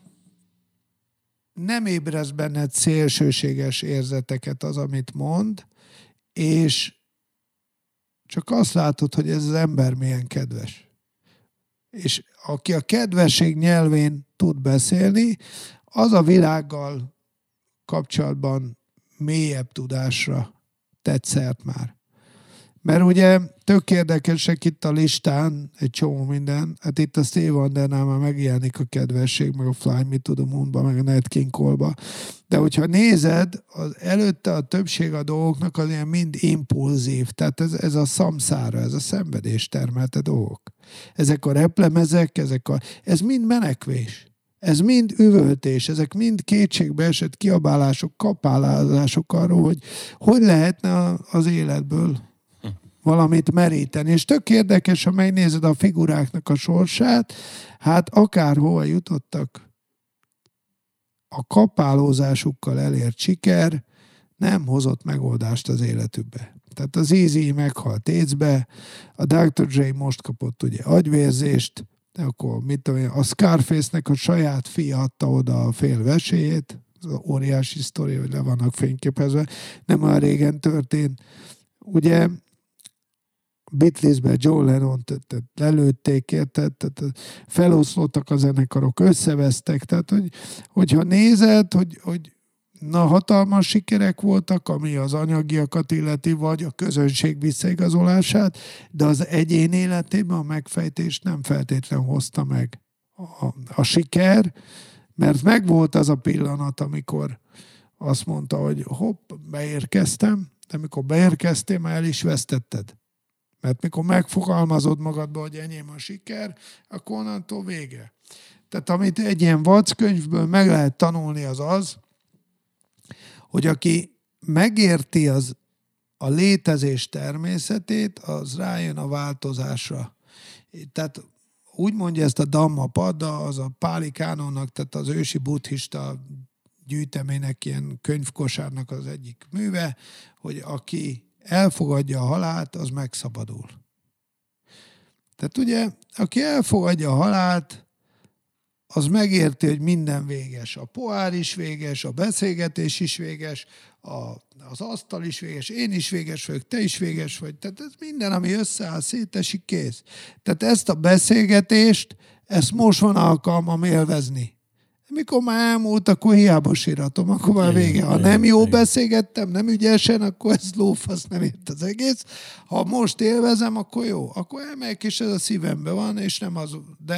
nem ébreszt benned szélsőséges érzeteket az, amit mond, és csak azt látod, hogy ez az ember milyen kedves. És aki a kedvesség nyelvén tud beszélni, az a világgal kapcsolatban mélyebb tudásra tett szert már. Mert ugye tök érdekesek itt a listán egy csomó minden. Hát itt a Steve Wondernál már megjelenik a kedvesség, meg a Fly Me to the Moon-ba, meg a Nat King Cole-ba. De hogyha nézed, az előtte a többség a dolgoknak az ilyen mind impulzív. Tehát ez a szamszára, ez a szenvedés termelte dolgok. Ezek a replemezek, ez mind menekvés. Ez mind üvöltés, ezek mind kétségbe esett kiabálások, kapálázások arról, hogy lehetne az életből valamit meríteni. És tök érdekes, ha megnézed a figuráknak a sorsát, hát akárhova jutottak, a kapálózásukkal elért siker nem hozott megoldást az életükbe. Tehát az Eazy meghalt AIDS-be, a Dr. Dre most kapott ugye agyvérzést, akkor mit tudom én, a Scarface-nek a saját fia adta oda a fél vesélyét, az óriási sztori, hogy le vannak fényképezve, nem olyan régen történt. Ugye Beatlesben John Lennon-t lelőtték, érted? Feloszlottak a zenekarok, összevesztek, tehát hogyha nézed, hogy na hatalmas sikerek voltak, ami az anyagiakat illeti, vagy a közönség visszaigazolását, de az egyén életében a megfejtést nem feltétlenül hozta meg a siker, mert megvolt az a pillanat, amikor azt mondta, hogy hopp, beérkeztem, de amikor beérkeztél, már el is vesztetted. Mert mikor megfogalmazod magadba, hogy enyém a siker, akkor onnantól vége. Tehát amit egy ilyen vackkönyvből meg lehet tanulni, az, hogy aki megérti a létezés természetét, az rájön a változásra. Tehát úgy mondja ezt a Dhammapada, az a Páli Kánonnak, tehát az ősi buddhista gyűjteménynek, ilyen könyvkosárnak az egyik műve, hogy aki elfogadja a halált, az megszabadul. Tehát ugye, aki elfogadja a halált, az megérti, hogy minden véges. A pohár is véges, a beszélgetés is véges, az asztal is véges, én is véges vagyok, te is véges vagy. Tehát ez minden, ami összeáll, szétesik, kész. Tehát ezt a beszélgetést, ezt most van alkalmam élvezni. Mikor már elmúlt, akkor hiába síratom, akkor már vége. Ha nem jó beszélgettem, nem ügyesen, akkor ez lófasz, nem ért az egész. Ha most élvezem, akkor jó. Akkor elmegyek, és ez a szívemben van, és nem az...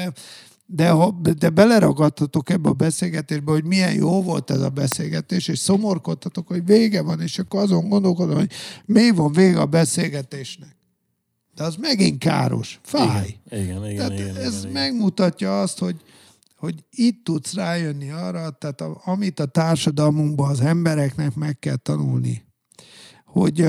De beleragadtatok ebbe a beszélgetésbe, hogy milyen jó volt ez a beszélgetés, és szomorkodtatok, hogy vége van, és akkor azon gondolkodom, hogy mi van vége a beszélgetésnek. De az megint káros. Fáj. Igen, ez megmutatja azt, hogy itt tudsz rájönni arra, tehát amit a társadalmunkban az embereknek meg kell tanulni, hogy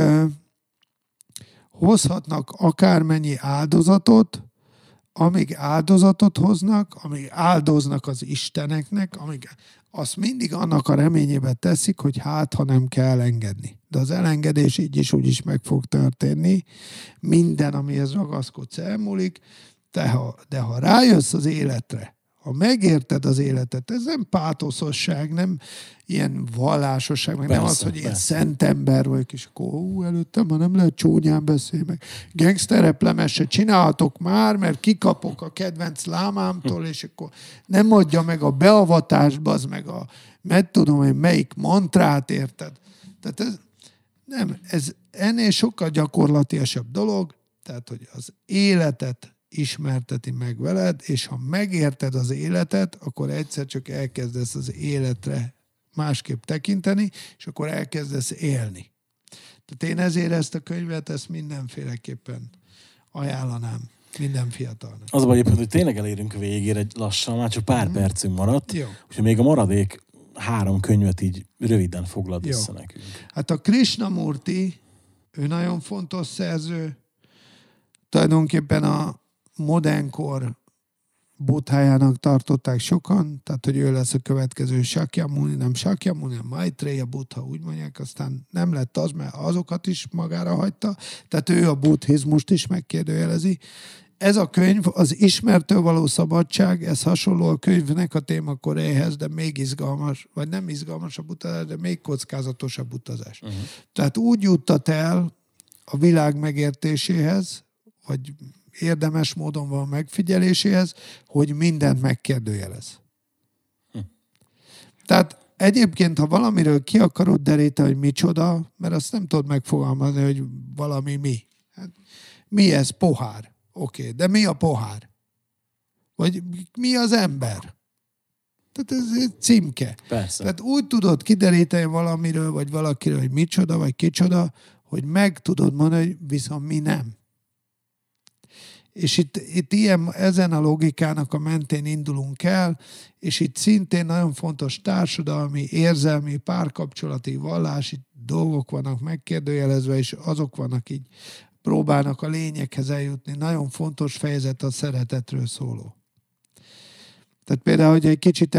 hozhatnak akármennyi áldozatot, amíg áldozatot hoznak, amíg áldoznak az isteneknek, amíg azt mindig annak a reményébe teszik, hogy hát, ha nem kell elengedni. De az elengedés így is úgy is meg fog történni. Minden, amihez ragaszkodsz, elmúlik. De ha rájössz az életre, ha megérted az életet, ez nem pátoszosság, nem ilyen vallásosság, meg nem az, hogy ilyen szent ember vagyok, és akkor előttem, ha nem lehet csúnyán beszélni, meg gangsterreplemes se csinálhatok már, mert kikapok a kedvenc lámámtól, és akkor nem adja meg a beavatást, az meg meg tudom én melyik mantrát, érted? Tehát ez ennél sokkal gyakorlatiasabb dolog, tehát hogy az életet ismerteti meg veled, és ha megérted az életet, akkor egyszer csak elkezdesz az életre másképp tekinteni, és akkor elkezdesz élni. Tehát én ezért ezt a könyvet, ezt mindenféleképpen ajánlanám. minden fiatalnak. Az a baj, hogy tényleg elérünk a végére lassan, már csak pár percünk maradt, Jó. úgyhogy még a maradék 3 könyvet így röviden foglald össze nekünk. Hát a Krishnamurti, ő nagyon fontos szerző, tulajdonképpen a modernkor Buddhájának tartották sokan, tehát hogy ő lesz a következő Sakyamuni, nem Sakyamuni, a Maitreya Buddha, úgy mondják, aztán nem lett az, mert azokat is magára hagyta, tehát ő a buddhizmust is megkérdőjelezi. Ez a könyv, az ismertől való szabadság, ez hasonló a könyvnek a témakoréhez, de még izgalmas, vagy nem izgalmasabb utazás, de még kockázatosabb utazás. Tehát úgy juttat el a világ megértéséhez, vagy érdemes módon van megfigyeléséhez, hogy mindent megkérdőjelez. Tehát egyébként, ha valamiről ki akarod deríteni, hogy micsoda, mert azt nem tudod megfogalmazni, hogy valami mi. Hát, mi ez? Pohár. Oké, de mi a pohár? Vagy mi az ember? Tehát ez egy címke. Persze. Tehát úgy tudod kideríteni valamiről, vagy valakiről, hogy micsoda, vagy kicsoda, hogy meg tudod mondani, hogy viszont mi nem. És itt ilyen, ezen a logikának a mentén indulunk el, és itt szintén nagyon fontos társadalmi, érzelmi, párkapcsolati, vallási dolgok vannak megkérdőjelezve, és azok vannak így, próbálnak a lényeghez eljutni. Nagyon fontos fejezet a szeretetről szóló. Tehát például, hogy egy kicsit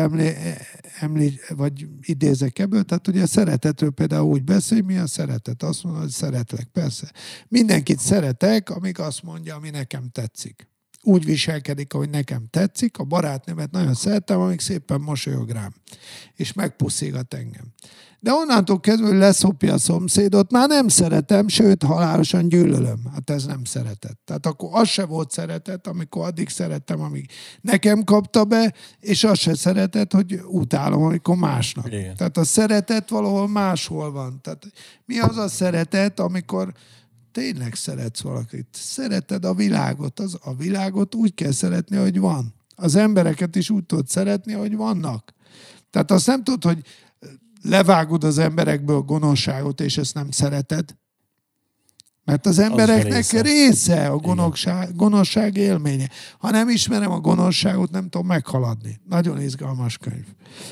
vagy idézek ebből, tehát ugye a szeretetről például úgy beszél, mi a szeretet? Azt mondja, hogy szeretlek, persze. Mindenkit szeretek, amíg azt mondja, ami nekem tetszik. Úgy viselkedik, ahogy nekem tetszik, a barátnőmet nagyon szeretem, amíg szépen mosolyog rám, és megpuszígat engem. De onnantól kezdve, hogy leszopja a szomszédot, már nem szeretem, sőt, halálosan gyűlölöm. Hát ez nem szeretet. Tehát akkor az se volt szeretet, amikor addig szerettem, amíg nekem kapta be, és az se szeretet, hogy utálom, amikor másnak. Igen. Tehát a szeretet valahol máshol van. Tehát mi az a szeretet, amikor tényleg szeretsz valakit? Szereted a világot. A világot úgy kell szeretni, ahogy van. Az embereket is úgy tudod szeretni, ahogy vannak. Tehát azt nem tudod, hogy levágod az emberekből a gonoszságot, és ezt nem szereted. Mert az embereknek része a gonoszság élménye. Ha nem ismerem a gonoszságot, nem tudom meghaladni. Nagyon izgalmas könyv.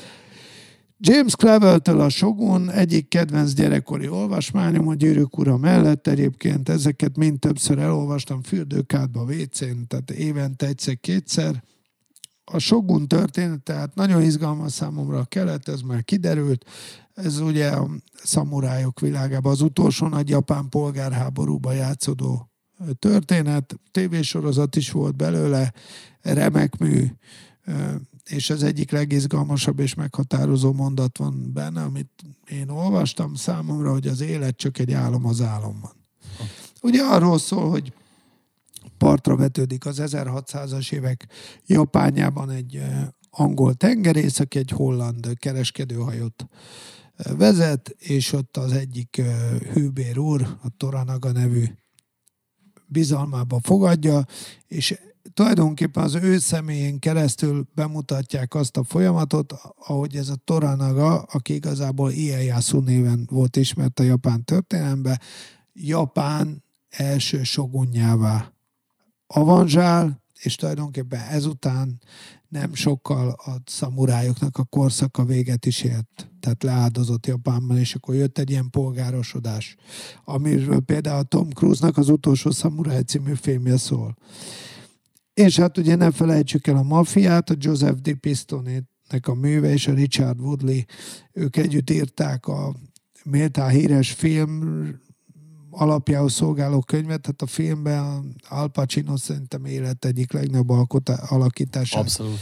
James Clavell-től a Shogun, egyik kedvenc gyerekkori olvasmányom a Gyűrűk ura mellett. Egyébként ezeket mind többször elolvastam fürdőkádba, WC-n, tehát évente egyszer-kétszer. A Shogun történet, tehát nagyon izgalmas számomra a kelet, ez már kiderült. Ez ugye a szamurájok világában az utolsó nagy japán polgárháborúban játszódó történet. TV-sorozat is volt belőle, remek mű, és az egyik legizgalmasabb és meghatározó mondat van benne, amit én olvastam számomra, hogy az élet csak egy álom az álomban. Ugye arról szól, hogy partra vetődik az 1600-as évek Japánjában egy angol tengerész, aki egy holland kereskedőhajót vezet, és ott az egyik hűbér úr, a Toranaga nevű bizalmába fogadja, és tulajdonképpen az ő személyén keresztül bemutatják azt a folyamatot, ahogy ez a Toranaga, aki igazából Ieyasu néven volt ismert a japán történelemben, Japán első shogunjává avanzsál, és tulajdonképpen ezután nem sokkal a szamurájoknak a korszaka véget is ért. Tehát leáldozott Japánban, és akkor jött egy ilyen polgárosodás, amiről például a Tom Cruise-nak az Utolsó szamuráj című filmje szól. És hát ugye ne felejtsük el a mafiát, a Joseph Di Pistonének a műve és a Richard Woodley, ők együtt írták a méltán híres film alapjául szolgáló könyvet, tehát a filmben Al Pacino szerintem élet egyik legnagyobb alakítását. Abszolút.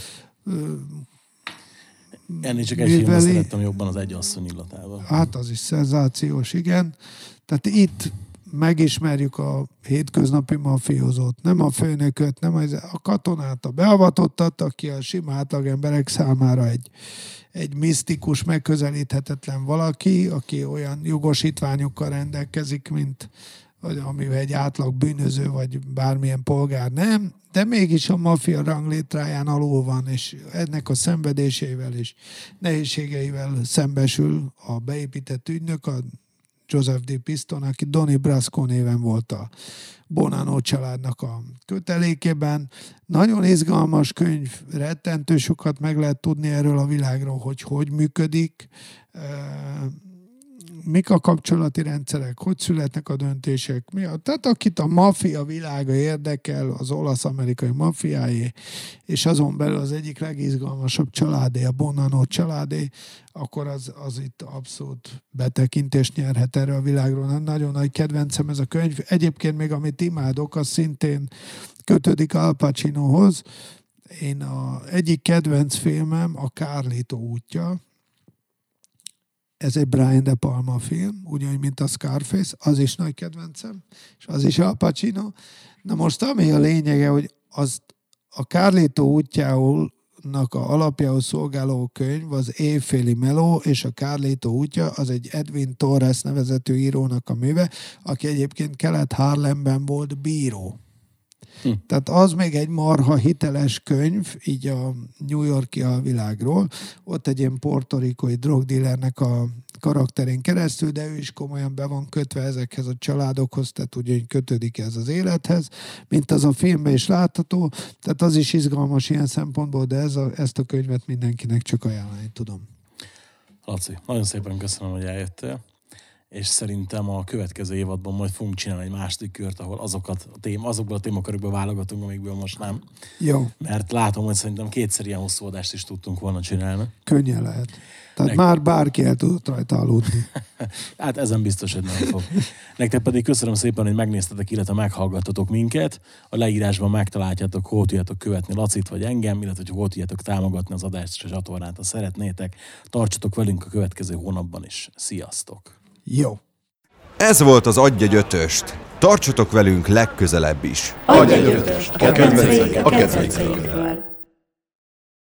Ennél csak egy filmben szerettem jobban, az Egy asszony illatában. Hát az is szenzációs, igen. Tehát itt megismerjük a hétköznapi mafiózót, nem a főnököt, nem a katonát, a beavatottat, aki a sima átlagemberek számára egy misztikus, megközelíthetetlen valaki, aki olyan jogosítványokkal rendelkezik, mint amivel egy átlag bűnöző, vagy bármilyen polgár nem, de mégis a maffia ranglétráján alul van, és ennek a szenvedésével és nehézségeivel szembesül a beépített ügynök, a Joseph D. Piston, aki Donnie Brasco néven volt a Bonanno családnak a kötelékében. Nagyon izgalmas könyv, rettentő sokat meg lehet tudni erről a világról, hogy működik, mik a kapcsolati rendszerek, hogy születnek a döntések. Tehát akit a maffia világa érdekel, az olasz-amerikai maffiáé, és azon belül az egyik legizgalmasabb családé, a Bonanno családé, akkor az itt abszolút betekintést nyerhet erre a világról. Nagyon nagy kedvencem ez a könyv. Egyébként még amit imádok, az szintén kötődik Al Pacinohoz. Én egyik kedvenc filmem a Carlito útja. Ez egy Brian De Palma film, ugyanúgy, mint a Scarface, az is nagy kedvencem, és az is Al Pacino. Na most ami a lényege, hogy a Carlito útjának a alapjául szolgáló könyv az Éjféli meló, és a Carlito útja az egy Edwin Torres nevezetű írónak a műve, aki egyébként Kelet-Harlemben volt bíró. Tehát az még egy marha hiteles könyv, így a New York-i alvilágról. Ott egy ilyen portorikói drogdillernek a karakterén keresztül, de ő is komolyan be van kötve ezekhez a családokhoz, tehát úgy kötődik ez az élethez, mint az a filmben is látható. Tehát az is izgalmas ilyen szempontból, de ezt a könyvet mindenkinek csak ajánlani tudom. Laci, nagyon szépen köszönöm, hogy eljöttél. És szerintem a következő évadban majd fogunk csinálni egy második kört, ahol azokból a témakörökből válogatunk, amikből most nem. Jó. Mert látom, hogy szerintem 2 ilyen hosszú adást is tudtunk volna csinálni. Könnyen lehet. Tehát már bárki el tudott rajta aludni. Hát ezen biztos, hogy nem fog. Nektek pedig köszönöm szépen, hogy megnéztetek, illetve meghallgattatok minket. A leírásban megtaláljátok, hol tudjátok követni Lacit vagy engem, illetve hogy hol tudjátok támogatni az adást és a csatornát, ha szeretnétek. Tartsatok velünk a következő hónapban is. Sziasztok! Jó. Ez volt az Adj egy ötöst. Tartsatok velünk legközelebb is. Adj egy ötöst a kedvenceinkről.